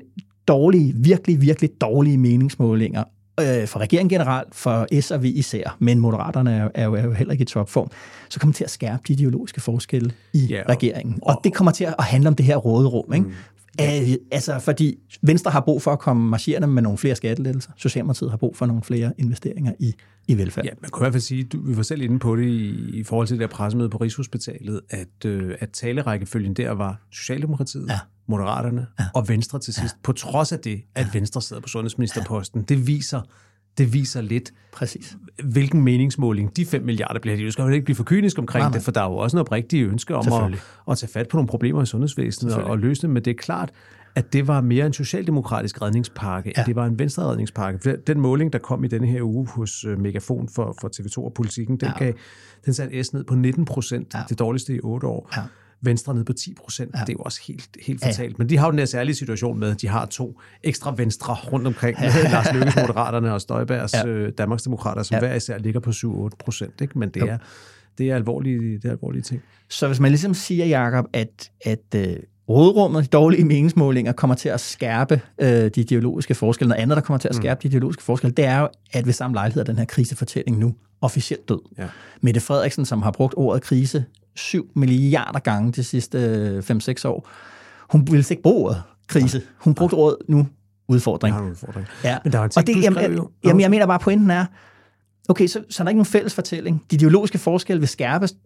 virkelig dårlige meningsmålinger, for regeringen generelt, for S og V især, men Moderaterne er jo heller ikke i topform, så kommer det til at skærpe de ideologiske forskelle i regeringen. Og det kommer til at handle om det her råderum, ikke? Altså, fordi Venstre har brug for at komme marcherende med nogle flere skattelettelser. Socialdemokratiet har brug for nogle flere investeringer i velfærd. Ja, man kunne i hvert fald sige, vi var selv inde på det i forhold til det der pressemøde på Rigshospitalet, at talerækkefølgen der var Socialdemokratiet, Moderaterne og Venstre til sidst. På trods af det, at Venstre sidder på sundhedsministerposten, det viser lidt, hvilken meningsmåling de 5 milliarder bliver. De skal jo ikke blive for kynisk omkring det, for der er jo også noget oprigtige ønske om at tage fat på nogle problemer i sundhedsvæsenet og løse dem, men det er klart, at det var mere en socialdemokratisk redningspakke, at det var en venstre-redningspakke. Den måling, der kom i denne her uge hos Megafon for TV2 og Politikken, den satte S ned på 19%, det dårligste i 8 år. Venstre ned på 10%. Det er jo også helt fatalt. Men de har jo den her særlige situation med, at de har 2 ekstra venstre rundt omkring. Lars Løkkes Moderaterne og Støjbergs Danmarksdemokrater, som hver især ligger på 7-8%. Ikke? Men det er alvorlige ting. Så hvis man ligesom siger, Jacob, at råderummet, de dårlige meningsmålinger, kommer til at skærpe de ideologiske forskelle. Noget andet, der kommer til at skærpe de ideologiske forskelle, det er jo, at ved samme lejlighed er den her krisefortælling nu officielt død. Mette Frederiksen, som har brugt ordet krise 7 milliarder gange de sidste 5-6 år, hun ville ikke bruge ordet krise. Hun brugte ordet nu udfordring. Ja. Men der er en ting, jeg mener bare, pointen er, okay, så er der ikke nogen fælles fortælling. De ideologiske forskelle vil skærpes,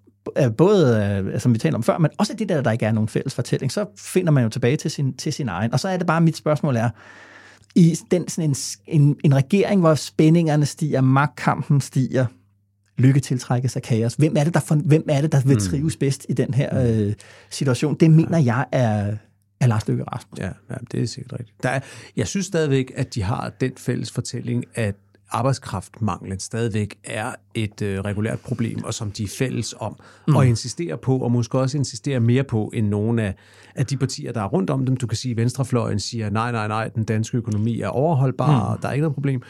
både, som vi talte om før, men også det der ikke er nogen fælles fortælling. Så finder man jo tilbage til sin egen. Og så er det bare, mit spørgsmål er, i den, sådan en regering, hvor spændingerne stiger, magtkampen stiger, Lykke tiltrækkes af kaos. Hvem er det, der vil trives bedst i den her situation? Det mener jeg er Lars Løkke Rasmussen. Ja, det er sikkert rigtigt. Jeg synes stadigvæk, at de har den fælles fortælling, at arbejdskraftmanglen stadigvæk er et regulært problem, og som de er fælles om, og insisterer på, og måske også insisterer mere på, end nogle af de partier, der er rundt om dem. Du kan sige, at venstrefløjen siger, nej, den danske økonomi er overholdbar, og der er ikke noget problem.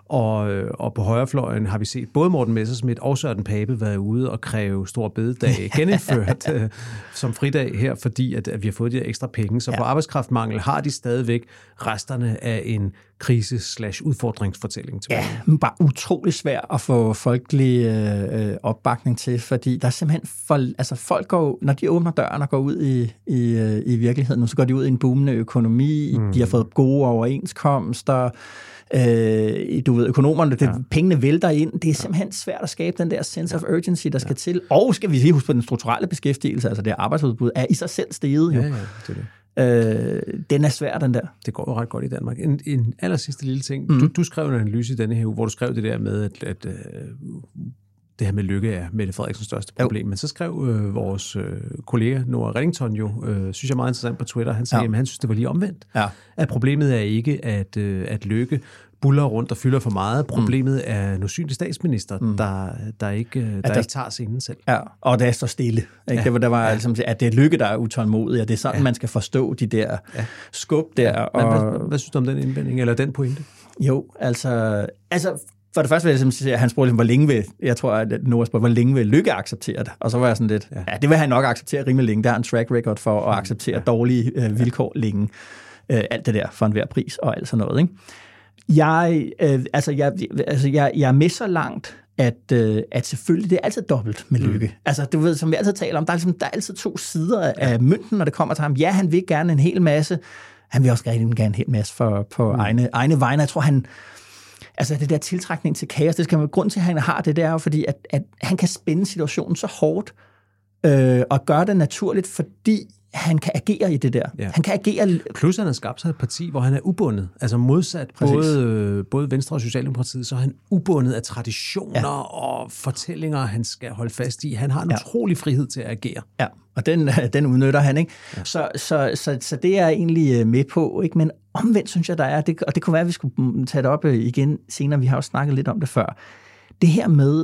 Og på højrefløjen har vi set både Morten Messerschmidt og Søren Pape været ude og kræve store bededag genindført som fridag her, fordi at vi har fået de her ekstra penge. Så på arbejdskraftmangel har de stadigvæk resterne af en krise/udfordringsfortælling tilbage. Ja, men bare utrolig svært at få folkelig opbakning til, fordi der er simpelthen folk går, når de åbner døren og går ud i virkeligheden, så går de ud i en boomende økonomi, de har fået gode overenskomster, du ved, økonomerne, pengene vælter ind. Det er simpelthen svært at skabe den der sense of urgency, der skal til. Og skal vi lige huske på den strukturelle beskæftigelse, altså det arbejdsudbud, er i sig selv steget jo. Ja, det er det. Den er svær, den der. Det går jo ret godt i Danmark. En aller sidste lille ting. Du skrev en analyse i denne her uge, hvor du skrev det der med, at det her med Løkke er Mette Frederiksens største problem. Men så skrev vores kollega Nora Reddington jo, synes jeg meget interessant på Twitter, han sagde, at han synes, det var lige omvendt. Ja. At problemet er ikke, at Løkke buller rundt og fylder for meget. Problemet er en usynlig statsminister, der ikke tager scenen selv. Ja, og der står stille. Ikke? Ja. Der var ligesom, at det er Løkke, der er utålmodig, og det er sådan, man skal forstå de der skub der. Ja. Hvad synes du om den indvending, eller den pointe? Jo, altså for det første vil jeg sige, at han spurgte, hvor længe hvor længe vil Løkke acceptere det? Og så var jeg sådan lidt, det vil han nok acceptere rimelig længe. Der er en track record for at acceptere dårlige vilkår længe. Alt det der for enhver pris og alt sådan noget, ikke? Jeg er med så langt, at selvfølgelig det er altid dobbelt med Løkke. Altså, du ved, som vi altid taler om, der er altid to sider af mønten, når det kommer til ham. Ja, han vil gerne en hel masse. Han vil også gerne en hel masse på egne vegne. Jeg tror, det der tiltrækning til kaos, det skal være grund til, at han har det der, fordi at han kan spænde situationen så hårdt og gøre det naturligt, fordi han kan agere i det der. Ja. Han kan agere. Plus han har skabt sig et parti, hvor han er ubundet. Altså modsat både Venstre og Socialdemokratiet, så er han ubundet af traditioner og fortællinger, han skal holde fast i. Han har en utrolig frihed til at agere. Ja, og den udnytter han, ikke? Ja. Så det er jeg egentlig med på, ikke? Men omvendt synes jeg, der er, og det kunne være, at vi skulle tage det op igen senere, vi har jo snakket lidt om det før. Det her med,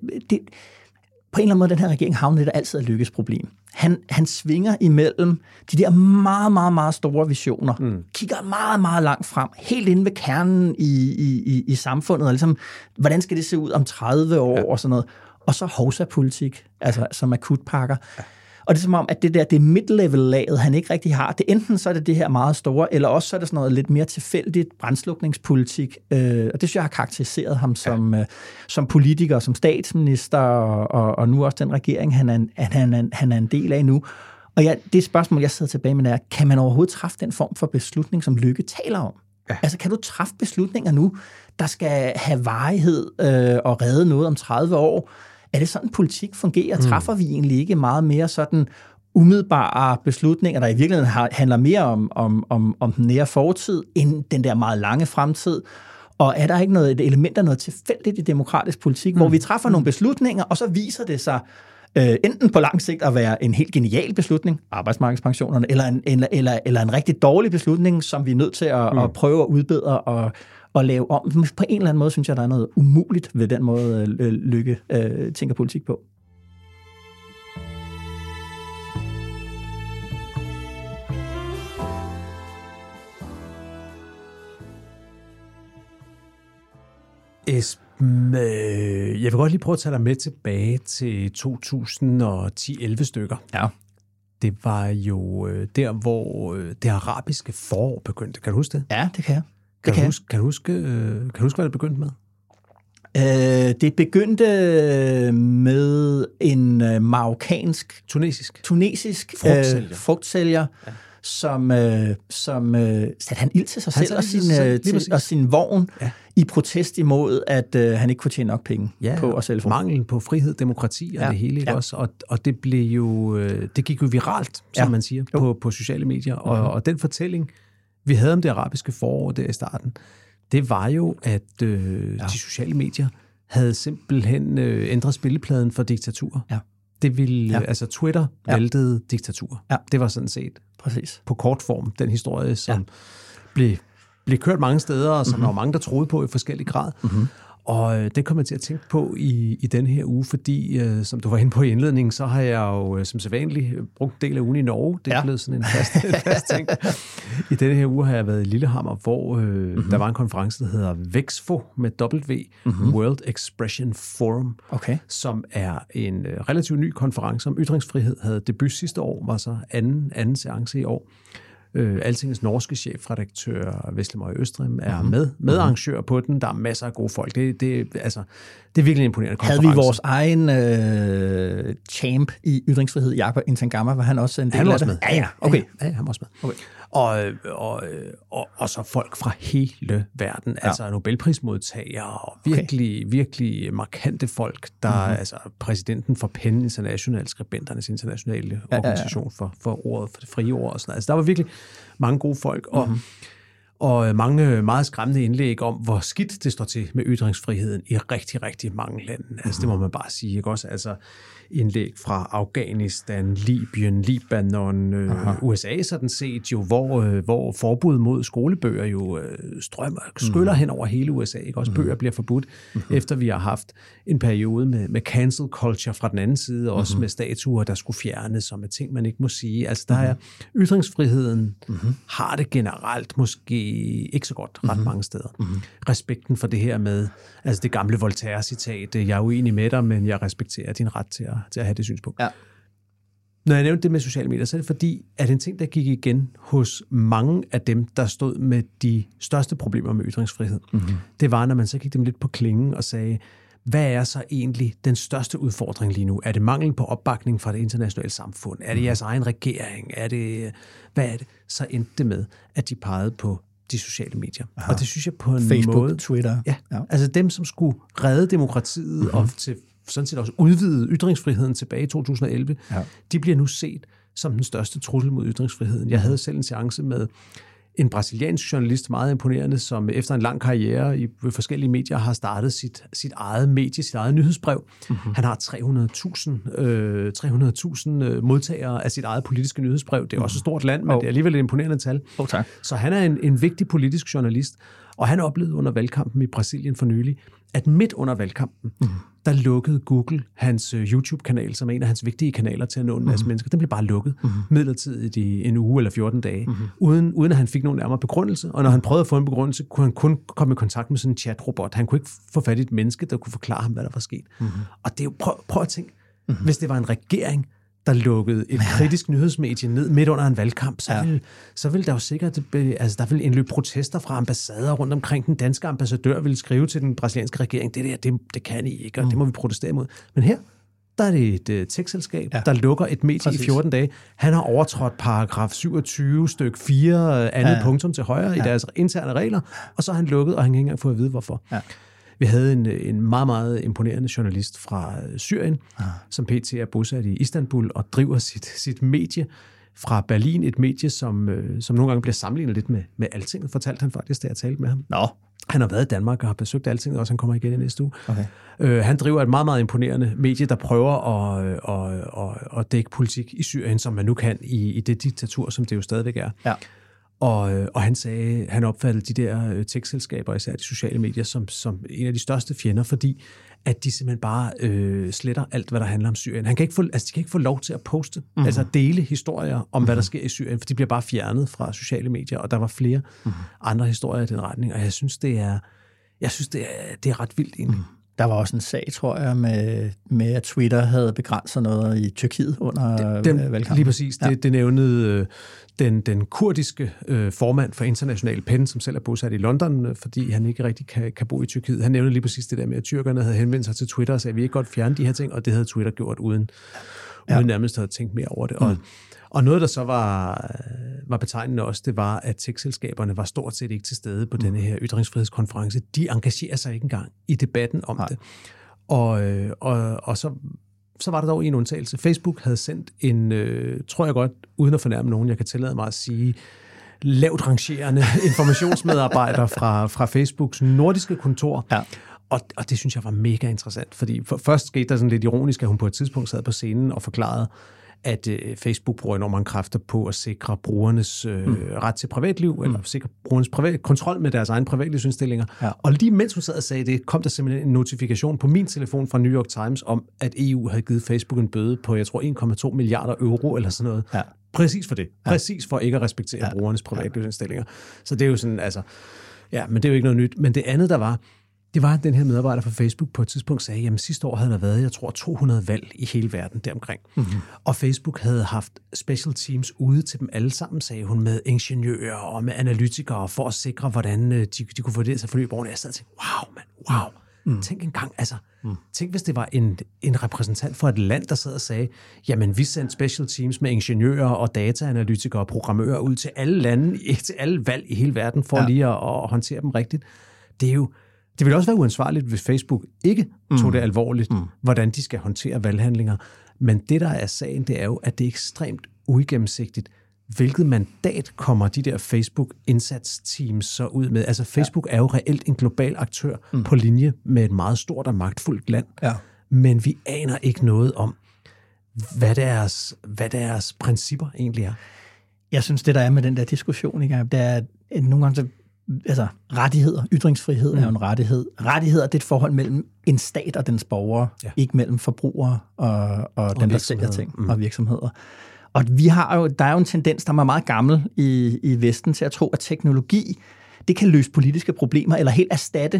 på en eller anden måde, den her regering havner det, der altid er Løkkes problem. Han svinger imellem de der meget, meget, meget store visioner, kigger meget, meget langt frem, helt inde ved kernen i samfundet, og ligesom, hvordan skal det se ud om 30 år og sådan noget. Og så hovsa-politik, altså som akutpakker. Ja. Og det er som om, at det mid-level-laget, han ikke rigtig har, det enten så er det her meget store, eller også så er det sådan noget lidt mere tilfældigt brandslukningspolitik. Og det synes jeg har karakteriseret ham som politiker, som statsminister, og nu også den regering, han er en del af nu. Og det spørgsmål, jeg sidder tilbage med, er, kan man overhovedet træffe den form for beslutning, som Løkke taler om? Ja. Altså, kan du træffe beslutninger nu, der skal have varighed og redde noget om 30 år? Er det sådan, politik fungerer? Træffer vi egentlig ikke meget mere sådan umiddelbare beslutninger, der i virkeligheden handler mere om den nære fortid, end den der meget lange fremtid? Og er der ikke et element af noget tilfældigt i demokratisk politik, hvor vi træffer nogle beslutninger, og så viser det sig enten på lang sigt at være en helt genial beslutning, arbejdsmarkedspensionerne, eller en rigtig dårlig beslutning, som vi er nødt til at prøve at udbedre og lave om. På en eller anden måde synes jeg, der er noget umuligt ved den måde, Løkke tænker politik på. Esben, jeg vil godt lige prøve at tage dig med tilbage til 2010-11 stykker. Ja. Det var jo der, hvor det arabiske forår begyndte. Kan du huske det? Ja, det kan jeg. Kan du huske, hvad det begyndte med? Det begyndte med en marokkansk... Tunesisk frugtsælger, som satte han ild til sig selv og sin vogn i protest imod, at han ikke kunne tjene nok penge på at sælge frugt. Manglen på frihed, demokrati og det hele, ikke også? Og det blev jo, det gik jo viralt, som man siger, på sociale medier. Og den fortælling, vi havde om det arabiske forår der i starten, det var jo, at de sociale medier havde simpelthen ændret spillepladen for diktatur. Ja. Det ville, altså Twitter væltede diktatur. Ja. Det var sådan set på kort form den historie, som blev kørt mange steder, og som der var mange, der troede på i forskellig grad. Mm-hmm. Og det kommer jeg til at tænke på i denne her uge, fordi, som du var inde på i indledningen, så har jeg jo som sædvanligt brugt del af ugen i Norge. Det er blevet sådan en fast ting. I denne her uge har jeg været i Lillehammer, hvor der var en konference, der hedder VEXFO med W, World Expression Forum, som er en relativt ny konference om ytringsfrihed, havde debut sidste år, var så anden seance i år. Altingets norske chefredaktør, Veslemøj Østrem, er medarrangør på den. Der er masser af gode folk. Det er virkelig imponerende konference. Havde vi vores egen champ i ytringsfrihed, Jakob Ntagama, var han også en del af det? Han var også med. Ja, okay. Ja, han var også med. Okay. Og så folk fra hele verden, altså Nobelprismodtagere, og virkelig markante folk, der altså præsidenten for PEN International, Skribenternes internationale organisation for ordet, for det frie ord og sådan noget. Altså der var virkelig mange gode folk, og mange meget skræmmende indlæg om, hvor skidt det står til med ytringsfriheden i rigtig, rigtig mange lande. Altså det må man bare sige, ikke også? Altså indlæg fra Afghanistan, Libyen, Libanon, USA sådan set jo, hvor forbud mod skolebøger jo skyller hen over hele USA, ikke også? Bøger bliver forbudt, efter vi har haft en periode med cancel culture fra den anden side, også med statuer, der skulle fjernes, som er ting, man ikke må sige. Altså der er ytringsfriheden, har det generelt måske ikke så godt ret mange steder. Respekten for det her med, altså det gamle Voltaire-citat, jeg er uenig med dig, men jeg respekterer din ret til at have det synspunkt. Ja. Når jeg nævnte det med sociale medier, så er det fordi, at en ting, der gik igen hos mange af dem, der stod med de største problemer med ytringsfrihed, det var, når man så gik dem lidt på klingen og sagde, hvad er så egentlig den største udfordring lige nu? Er det mangel på opbakning fra det internationale samfund? Er det jeres egen regering? Hvad er det? Så endte det med, at de pegede på de sociale medier. Og det synes jeg på en Facebook, måde... Twitter. Ja, altså dem, som skulle redde demokratiet og til sådan set også udvide ytringsfriheden tilbage i 2011, de bliver nu set som den største trussel mod ytringsfriheden. Jeg havde selv en seance med en brasiliansk journalist, meget imponerende, som efter en lang karriere i forskellige medier har startet sit eget medie, sit eget nyhedsbrev. Han har 300.000 modtagere af sit eget politiske nyhedsbrev. Det er også et stort land, men det er alligevel et imponerende tal. Tak. Så han er en vigtig politisk journalist, og han oplevede under valgkampen i Brasilien for nylig, at midt under valgkampen, der lukkede Google hans YouTube-kanal, som er en af hans vigtige kanaler til at nå en masse mennesker. Den blev bare lukket midlertidigt i en uge eller 14 dage, uden at han fik nogen nærmere begrundelse. Og når han prøvede at få en begrundelse, kunne han kun komme i kontakt med sådan en chatrobot. Han kunne ikke få fat i et menneske, der kunne forklare ham, hvad der var sket. Og det er jo, prøv at tænke, hvis det var en regering, der lukkede et kritisk nyhedsmedie ned midt under en valgkamp, så ville der jo sikkert, altså der ville indløbe protester fra ambassader rundt omkring. Den danske ambassadør ville skrive til den brasilianske regering, det kan I ikke, og det må vi protestere imod. Men her, der er det et tech-selskab, der lukker et medie i 14 dage. Han har overtrådt paragraf 27 stykke 4 andet punktum til højre i deres interne regler, og så har han lukket, og han kan ikke engang få at vide, hvorfor. Ja. Vi havde en meget, meget imponerende journalist fra Syrien, som pt. Er bosat i Istanbul og driver sit medie fra Berlin. Et medie, som nogle gange bliver sammenlignet lidt med Altinget, fortalte han faktisk, da jeg talte med ham. Han har været i Danmark og har besøgt Altinget, og han kommer igen i næste uge. Okay. Han driver et meget, meget imponerende medie, der prøver at dække politik i Syrien, som man nu kan i det diktatur, som det jo stadigvæk er. Ja. Og han sagde, han opfattede de der tech-selskaber, især de sociale medier, som en af de største fjender, fordi at de simpelthen bare sletter alt, hvad der handler om Syrien. De kan ikke få lov til at poste, altså dele historier om, hvad der sker i Syrien, for de bliver bare fjernet fra sociale medier, og der var flere andre historier i den retning, og jeg synes, det er ret vildt egentlig. Der var også en sag, tror jeg, med at Twitter havde begrænset noget i Tyrkiet under valgkampen. Lige præcis. Ja. Det nævnede den kurdiske formand for International PEN, som selv er bosat i London, fordi han ikke rigtig kan bo i Tyrkiet. Han nævnte lige præcis det der med, at tyrkerne havde henvendt sig til Twitter og sagde, at vi ikke godt fjerne de her ting, og det havde Twitter gjort uden nærmest at have tænkt mere over det. Og noget, der så var betegnende også, det var, at tech-selskaberne var stort set ikke til stede på denne her ytringsfrihedskonference. De engagerer sig ikke engang i debatten om det. Og så var der dog en undtagelse. Facebook havde sendt en, tror jeg godt, uden at fornærme nogen, jeg kan tillade mig at sige, lavt rangerende informationsmedarbejder fra Facebooks nordiske kontor. Ja. Og det synes jeg var mega interessant, fordi først skete der sådan lidt ironisk, at hun på et tidspunkt sad på scenen og forklarede, at Facebook bruger enormt mange kræfter på at sikre brugernes ret til privatliv, eller sikre brugernes kontrol med deres egen privatlivsindstillinger. Ja. Og lige mens hun sad og sagde det, kom der simpelthen en notifikation på min telefon fra New York Times om, at EU havde givet Facebook en bøde på, jeg tror, 1,2 milliarder euro eller sådan noget. Ja. Præcis for det. Ja. Præcis for ikke at respektere brugernes privatlivsindstillinger. Så det er jo sådan, altså... Ja, men det er jo ikke noget nyt. Men det andet, der var, Det var, at den her medarbejder fra Facebook på et tidspunkt sagde, jamen sidste år havde der været, jeg tror, 200 valg i hele verden deromkring. Mm-hmm. Og Facebook havde haft special teams ude til dem alle sammen, sagde hun, med ingeniører og med analytikere, for at sikre, hvordan de kunne få det til at forløbe ordentligt. Jeg sad og tænkte, wow. Tænk engang, tænk hvis det var en repræsentant for et land, der sad og sagde, jamen vi sendte special teams med ingeniører og dataanalytikere og programmører ud til alle lande, til alle valg i hele verden, for lige at håndtere dem rigtigt. Det ville også være uansvarligt, hvis Facebook ikke tog det alvorligt, hvordan de skal håndtere valghandlinger. Men det, der er sagen, det er jo, at det er ekstremt uigennemsigtigt, hvilket mandat kommer de der Facebook-indsatsteams så ud med. Altså Facebook er jo reelt en global aktør på linje med et meget stort og magtfuldt land. Ja. Men vi aner ikke noget om, hvad deres principper egentlig er. Jeg synes, det der er med den der diskussion, ikke, det er nogle gange rettigheder, ytringsfrihed er jo en rettighed. Rettigheder, det er et forhold mellem en stat og dens borgere, ikke mellem forbrugere og den, der sælger ting og virksomheder. Og der er jo en tendens, der er meget gammel i Vesten, til at tro, at teknologi, det kan løse politiske problemer, eller helt erstatte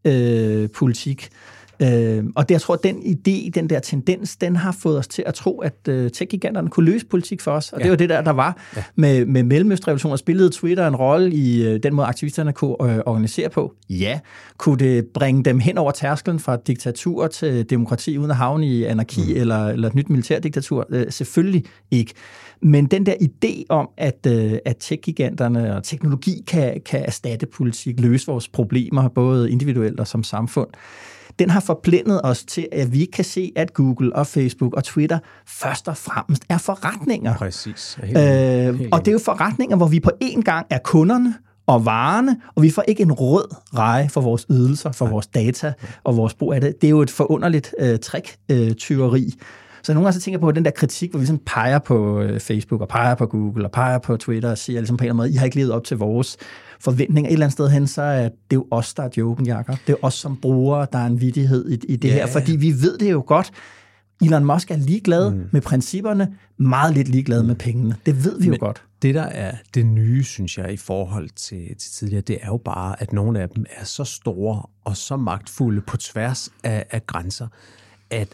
politik. Og det, jeg tror, den idé, den der tendens, den har fået os til at tro, at tech-giganterne kunne løse politik for os. Og det var det der var med Mellemøstrevolutioner. Spillede Twitter en rolle i den måde, aktivisterne kunne organisere på? Ja. Kunne det bringe dem hen over tærsklen fra diktatur til demokrati, uden at havne i anarki eller et nyt militærdiktatur? Selvfølgelig ikke. Men den der idé om, at tech-giganterne og teknologi kan erstatte politik, løse vores problemer, både individuelt og som samfund, den har forblændet os til, at vi kan se, at Google og Facebook og Twitter først og fremmest er forretninger. Præcis. Og det er jo forretninger, hvor vi på en gang er kunderne og varerne, og vi får ikke en rød reje for vores ydelser, for vores data og vores brug af det. Det er jo et forunderligt trick-tyveri. Så nogle gange så tænker jeg på den der kritik, hvor vi sådan peger på Facebook og peger på Google og peger på Twitter og siger ligesom på en eller anden måde, I har ikke levet op til vores forventninger. Et eller andet sted hen, så er det jo os, der er joken, Jakob. Det er jo os som brugere, der er en vittighed i det her, fordi vi ved det jo godt. Elon Musk er ligeglad med principperne, meget lidt ligeglad med pengene. Det ved vi jo godt. Det, der er det nye, synes jeg, i forhold til tidligere, det er jo bare, at nogle af dem er så store og så magtfulde på tværs af grænser, at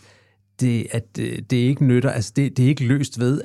det ikke nytter, altså det er ikke løst ved,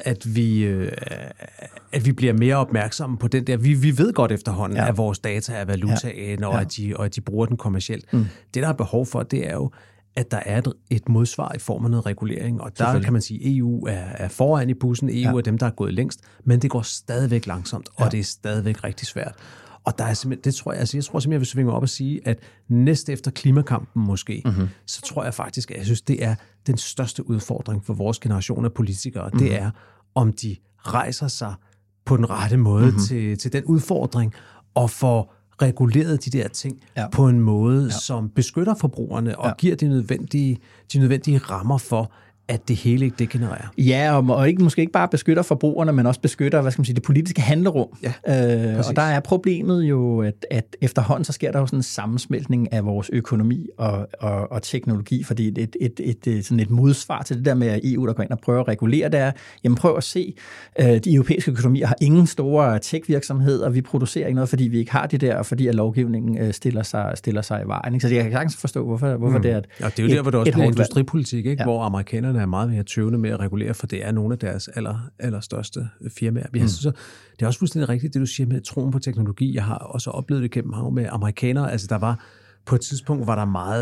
at vi bliver mere opmærksomme på den der. Vi ved godt efterhånden, at vores data er valutaen, og at de bruger den kommercielt. Det, der er behov for, det er jo, at der er et modsvar i form af noget regulering, og der kan man sige, at EU er foran i bussen. EU er dem, der er gået længst, men det går stadigvæk langsomt, og det er stadigvæk rigtig svært. Og der er simpelthen, det tror jeg, jeg tror simpelthen, jeg vil svinge op og sige, at næst efter klimakampen måske, så tror jeg faktisk, at jeg synes, det er den største udfordring for vores generation af politikere. Det er, om de rejser sig på den rette måde til den udfordring, og får reguleret de der ting på en måde, som beskytter forbrugerne og giver de nødvendige rammer for, at det hele ikke degenererer. Ja, og måske ikke bare beskytter forbrugerne, men også beskytter, det politiske handlerum. Ja, og der er problemet jo, at efterhånden så sker der jo sådan en sammensmeltning af vores økonomi og teknologi, fordi sådan et modsvar til det der med, at EU, der går ind og prøver at regulere, det er, jamen prøv at se, de europæiske økonomier har ingen store tech-virksomheder, vi producerer ikke noget, fordi vi ikke har det der, og fordi at lovgivningen stiller sig i vejen. Ikke? Så jeg kan sagtens forstå, hvorfor det er og det er jo der, hvor det også bliver industripolitik, ikke? Hvor amerikanerne er meget mere tøvende med at regulere, for det er nogle af deres allerstørste firmaer. Jeg synes, det er også fuldstændig rigtigt, det du siger med troen på teknologi. Jeg har også oplevet det gennem med amerikanere. Altså der var på et tidspunkt, var der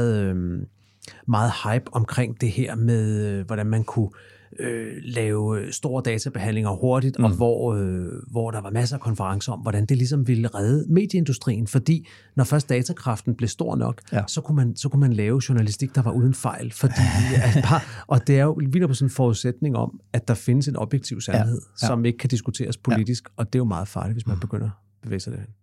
meget hype omkring det her med, hvordan man kunne lave store databehandlinger hurtigt, og hvor der var masser af konferencer om, hvordan det ligesom ville redde medieindustrien, fordi når først datakraften blev stor nok, så kunne man lave journalistik, der var uden fejl, fordi og det er jo hviler på sådan en forudsætning om, at der findes en objektiv sandhed, som ikke kan diskuteres politisk, og det er jo meget farligt, hvis man begynder at bevæge sig derhen.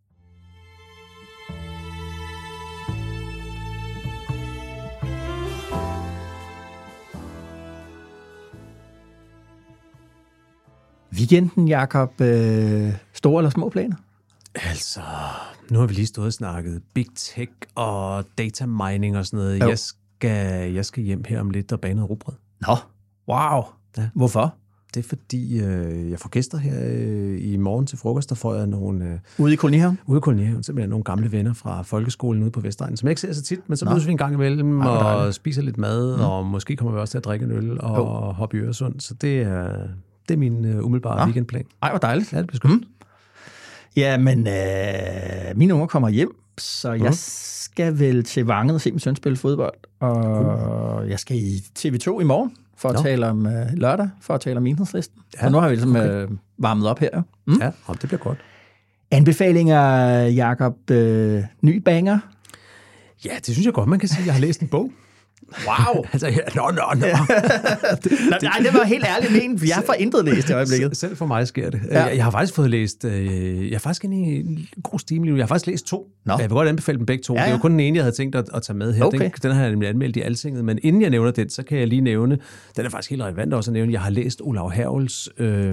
Weekenden, Jakob, store eller små planer? Altså, nu har vi lige stået og snakket big tech og data mining og sådan noget. Jeg skal hjem her om lidt og bage noget rugbrød. Nå, wow. Ja. Hvorfor? Det er fordi, jeg får gæster her i morgen til frokost, der får jeg nogle... Ude i kolonihaven? Ude i kolonihaven, simpelthen nogle gamle venner fra folkeskolen ude på Vestegnen, som jeg ikke ser så tit, men så mødes vi en gang imellem og spiser lidt mad, og måske kommer vi også til at drikke en øl og hoppe i Øresund. Så det er min umiddelbare weekendplan. Ej, hvor dejligt. Ja, det bliver skønt. Ja, men mine unger kommer hjem, så jeg skal vel til Vanget og se min søn spille fodbold, og jeg skal i TV2 i morgen for at tale om lørdag, for at tale om Enhedslisten. Ja, og nu har vi ligesom varmet op her. Ja, det bliver godt. Anbefalinger, Jacob, ny banger? Ja, det synes jeg godt, man kan sige. Jeg har læst en bog. Wow! Altså, Nej, det var helt ærligt ment, for jeg har for intet læst i øjeblikket. Selv for mig sker det. Ja. Jeg har faktisk fået læst, jeg er faktisk inde i en god stime lige nu. Jeg har faktisk læst 2. Jeg vil godt anbefale dem begge 2. Ja. Det var kun den ene, jeg havde tænkt at tage med her. Okay. Den har jeg nemlig anmeldt i Altinget, men inden jeg nævner den, så kan jeg lige nævne, den er faktisk helt relevant også at nævne, jeg har læst Olav Hergels,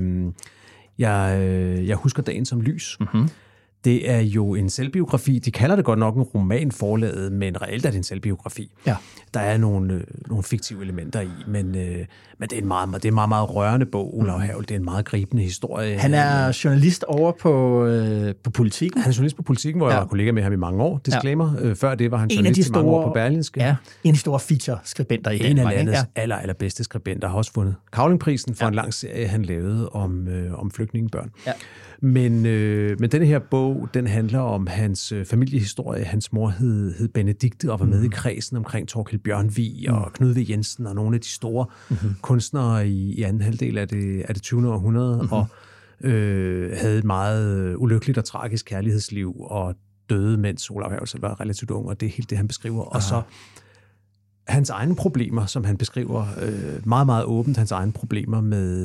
jeg husker dagen som lys. Mm-hmm. Det er jo en selvbiografi. De kalder det godt nok en roman forlaget, men reelt er det en selvbiografi. Ja. Der er nogle fiktive elementer i, men det er en meget, meget rørende bog, Olav Hergel. Det er en meget gribende historie. Han er journalist over på Politikken. Han er journalist på Politikken, hvor jeg var kollega med ham i mange år. Disclaimer. Før det var han journalist i mange år på Berlingske. Ja, en af de store feature-skribenter i en af landets allerbedste skribenter. Har også vundet Cavlingprisen for en lang serie, han lavede om flygtningebørn. Ja. Men denne her bog, den handler om hans familiehistorie. Hans mor hed Benedikte og var med i kredsen omkring Thorkild Bjørnvig og Knud V. Jensen og nogle af de store kunstnere i anden halvdel af det 20. århundrede, og havde et meget ulykkeligt og tragisk kærlighedsliv og døde, mens Olav Hergel var relativt ung, og det er helt det, han beskriver. Og så hans egne problemer, som han beskriver meget, meget åbent, hans egne problemer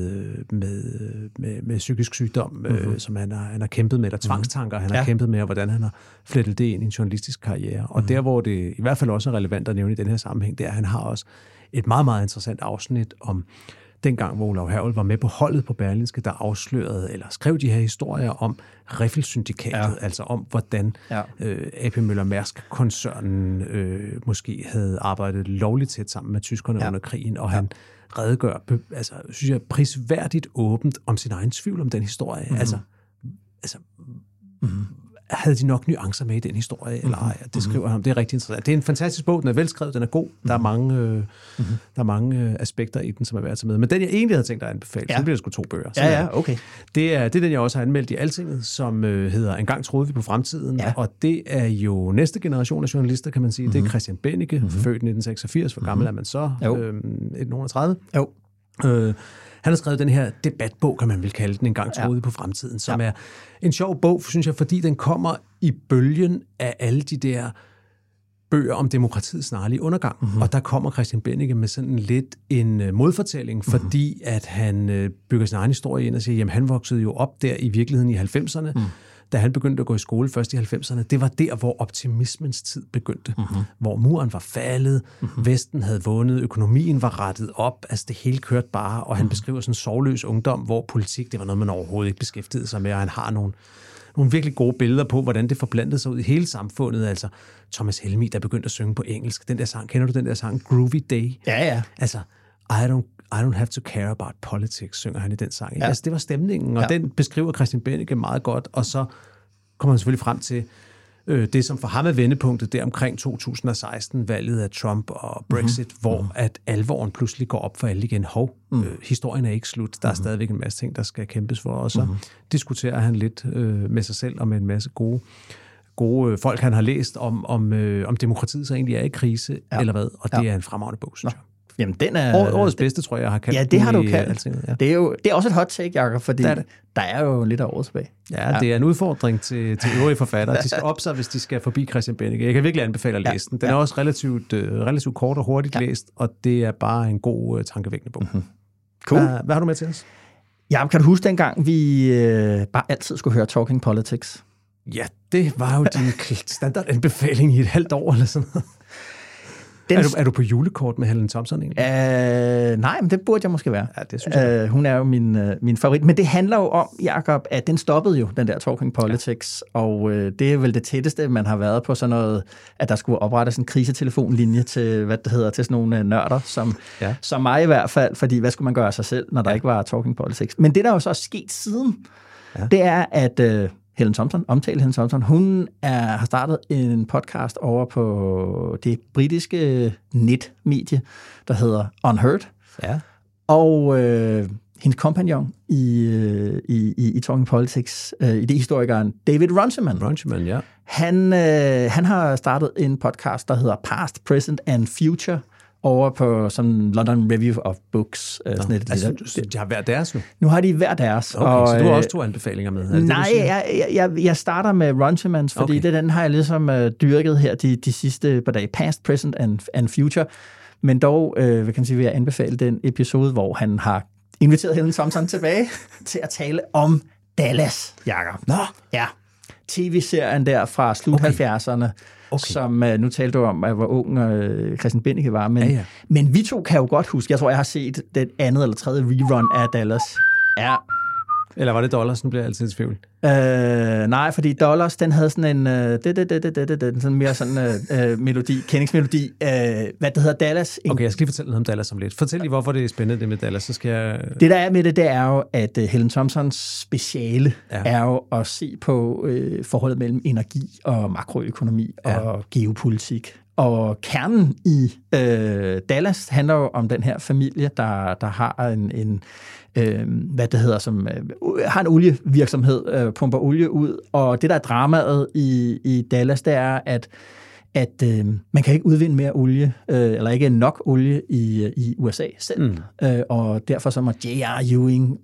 med psykisk sygdom, som han har kæmpet med, eller tvangstanker, han har kæmpet med, og hvordan han har flettet det ind i en journalistisk karriere. Og der, hvor det i hvert fald også er relevant at nævne i den her sammenhæng, det er, at han har også et meget, meget interessant afsnit om dengang, hvor Olav Hergel var med på holdet på Berlingske, der afslørede eller skrev de her historier om Riffelsyndikatet, altså om, hvordan A.P. Møller-Mærsk-koncernen måske havde arbejdet lovligt tæt sammen med tyskerne under krigen, og han redegør, synes jeg, prisværdigt åbent om sin egen tvivl om den historie. Havde de nok nuancer med i den historie, eller ej? Det skriver han om. Det er rigtig interessant. Det er en fantastisk bog. Den er velskrevet, den er god. Der er mange aspekter i den, som er værd at tage med. Men den, jeg egentlig havde tænkt at anbefale, så bliver det sgu 2 bøger. Okay. Det er den, jeg også har anmeldt i Altinget, som hedder Engang troede vi på fremtiden. Ja. Og det er jo næste generation af journalister, kan man sige. Det er Christian Bennike, født i 1986. Hvor gammel er man så? 1930? Jo. Han har skrevet den her debatbog, kan man vel kalde den, Engang troede vi på fremtiden, som er en sjov bog, synes jeg, fordi den kommer i bølgen af alle de der bøger om demokratiets snarlige undergang. Og der kommer Christian Bennike med sådan lidt en modfortælling, fordi at han bygger sin egen historie ind og siger, jamen han voksede jo op der i virkeligheden i 90'erne, da han begyndte at gå i skole først i 90'erne, det var der, hvor optimismens tid begyndte. Hvor muren var faldet, Vesten havde vundet, økonomien var rettet op, altså det hele kørte bare, og han beskriver sådan en sorgløs ungdom, hvor politik, det var noget, man overhovedet ikke beskæftigede sig med, og han har nogle virkelig gode billeder på, hvordan det forplantede sig ud i hele samfundet. Altså Thomas Helmig, der begyndte at synge på engelsk. Den der sang, kender du den der sang, Groovy Day? Ja. Altså, I don't have to care about politics, synger han i den sang. Ja. Altså, det var stemningen, og den beskriver Christian Bennike meget godt, og så kommer han selvfølgelig frem til det, som for ham er vendepunktet der omkring 2016, valget af Trump og Brexit, hvor at alvoren pludselig går op for alle igen. Historien er ikke slut. Der er stadigvæk en masse ting, der skal kæmpes for, og så diskuterer han lidt med sig selv og med en masse gode folk, han har læst om demokratiet så egentlig er i krise, eller hvad, og det er en fremragende bog, synes jeg. Jamen, den er... Årets bedste, tror jeg har kaldt. Ja, det har du kaldt. Ja. Det er også et hot take, Jacob, fordi der er jo lidt af året tilbage. Ja, det er en udfordring til øvrige forfattere. De skal op sig, hvis de skal forbi Christian Bennike. Jeg kan virkelig anbefale at læse den. Den er også relativt kort og hurtigt læst, og det er bare en god tankevækkende bog. Cool. Hvad har du med til os? Ja, kan du huske dengang, vi bare altid skulle høre Talking Politics? Ja, det var jo din standardanbefaling i et halvt år eller sådan noget. Er du på julekort med Helen Thompson egentlig? Nej, men det burde jeg måske være. Ja, det synes jeg. Hun er jo min favorit. Men det handler jo om, Jacob, at den stoppede jo, den der Talking Politics. Ja. Og det er vel det tætteste, man har været på sådan noget, at der skulle oprettes en krisetelefonlinje til, til sådan nogle nørder, som mig i hvert fald. Fordi hvad skulle man gøre af sig selv, når der ikke var Talking Politics? Men det, der jo så er sket siden, det er, at Helen Thompson, hun har startet en podcast over på det britiske netmedie, der hedder Unheard. Ja. Og hendes kompagnon i Talking Politics, idehistorikeren David Runciman. Ja. Han har startet en podcast, der hedder Past, Present and Future, over på sådan London Review of Books. De har hver deres nu? Nu har de hver deres. Okay, og, så du har også 2 anbefalinger med? Nej, jeg starter med Runcimans, fordi den har jeg ligesom dyrket her de sidste par dage. Past, Present and Future. Men dog vil jeg anbefale den episode, hvor han har inviteret Helen Thompson tilbage til at tale om Dallas, Jacob. Nå? Ja. TV-serien der fra slut 70'erne. Okay. Som nu talte du om, hvor ung Christian Bennike var. Men vi to kan jo godt huske, jeg tror, jeg har set den andet eller tredje rerun af Dallas. Ja. Eller var det Dollars, den bliver altid i tvivl? Nej, fordi Dollars, den havde sådan en sådan mere sådan melodi, kendingsmelodi. Hvad det hedder Dallas? Okay, jeg skal lige fortælle noget om Dallas om lidt. Fortæl lige, hvorfor det er spændende det med Dallas, så skal jeg... Det der er med det er jo, at Helen Thompsons speciale er jo at se på forholdet mellem energi og makroøkonomi og geopolitik. Og kernen i Dallas handler jo om den her familie, der har har en olievirksomhed, pumper olie ud, og det der er dramaet i Dallas, det er, at man kan ikke udvinde mere olie, eller ikke nok olie i USA selv. Og derfor så må J.R. Ewing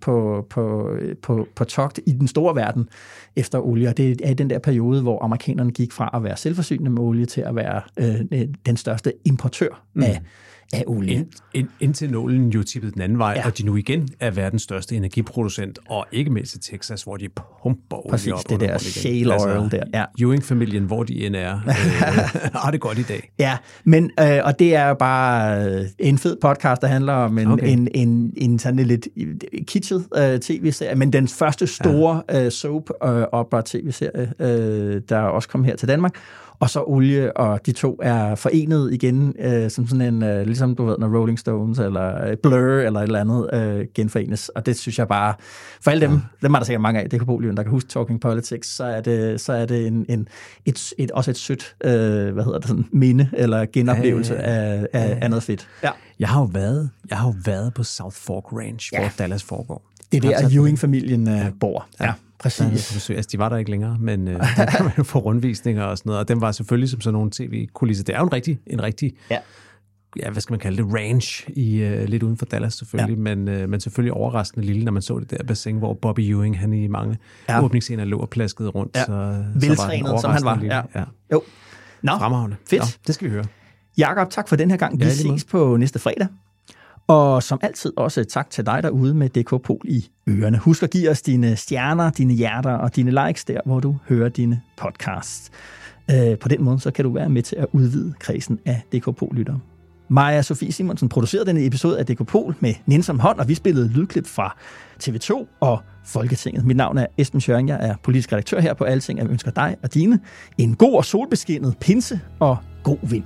på togt i den store verden efter olie. Og det er i den der periode, hvor amerikanerne gik fra at være selvforsynende med olie til at være den største importør af olie. Indtil nålen jo tippede den anden vej, og de nu igen er verdens største energiproducent, og ikke mindst i Texas, hvor de pumper olie præcis, op. Præcis, det der shale oil der. Ja. Ewing-familien, hvor de end er, har det godt i dag. Ja, men, og det er jo bare en fed podcast, der handler om en sådan lidt kitschet tv-serie, men den første store soap-opera tv-serie, der også kom her til Danmark. Og så olie, og de to er forenet igen, som sådan en, ligesom du ved, når Rolling Stones eller Blur eller et eller andet genforenes. Og det synes jeg bare, for alle dem er der sikkert mange af, DK-Polien, der kan huske Talking Politics, så er det også et sødt, sådan minde eller genoplevelse af noget fedt. Ja. Jeg har jo været på South Fork Ranch, hvor Dallas foregår. Det er der Ewing-familien bor. Ja. Præcis. Altså, de var der ikke længere, men der kan man jo få rundvisninger og sådan noget, og dem var selvfølgelig som sådan nogle tv-kulisser. Det er jo en rigtig hvad skal man kalde det, ranch lidt uden for Dallas selvfølgelig, men selvfølgelig overraskende lille, når man så det der bassin, hvor Bobby Ewing, han i mange åbningsscener lå og plaskede rundt. Ja. Veltrænet, som han var. Ja. Jo. Fremragende. Fedt. Nå, det skal vi høre. Jakob, tak for den her gang. Vi ses på næste fredag. Og som altid også tak til dig derude med DK Pol i ørerne. Husk at give os dine stjerner, dine hjerter og dine likes der, hvor du hører dine podcasts. På den måde så kan du være med til at udvide kredsen af DK Pol-lyttere. Maja Sofie Simonsen producerede denne episode af DK Pol med Nænsom hånd, og vi spillede lydklip fra TV2 og Folketinget. Mit navn er Esben Schøring, jeg er politisk redaktør her på Alting, og jeg ønsker dig og dine en god og solbeskinnet pinse og god vind.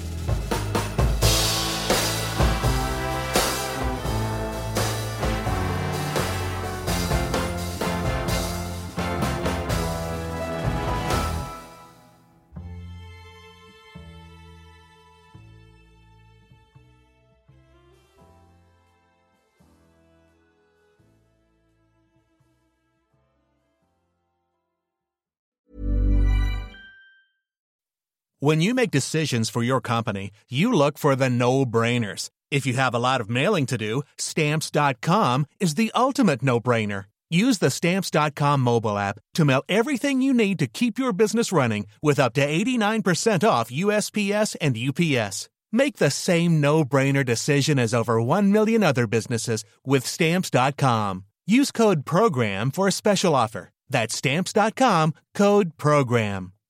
When you make decisions for your company, you look for the no-brainers. If you have a lot of mailing to do, Stamps.com is the ultimate no-brainer. Use the Stamps.com mobile app to mail everything you need to keep your business running with up to 89% off USPS and UPS. Make the same no-brainer decision as over 1 million other businesses with Stamps.com. Use code PROGRAM for a special offer. That's Stamps.com, code PROGRAM.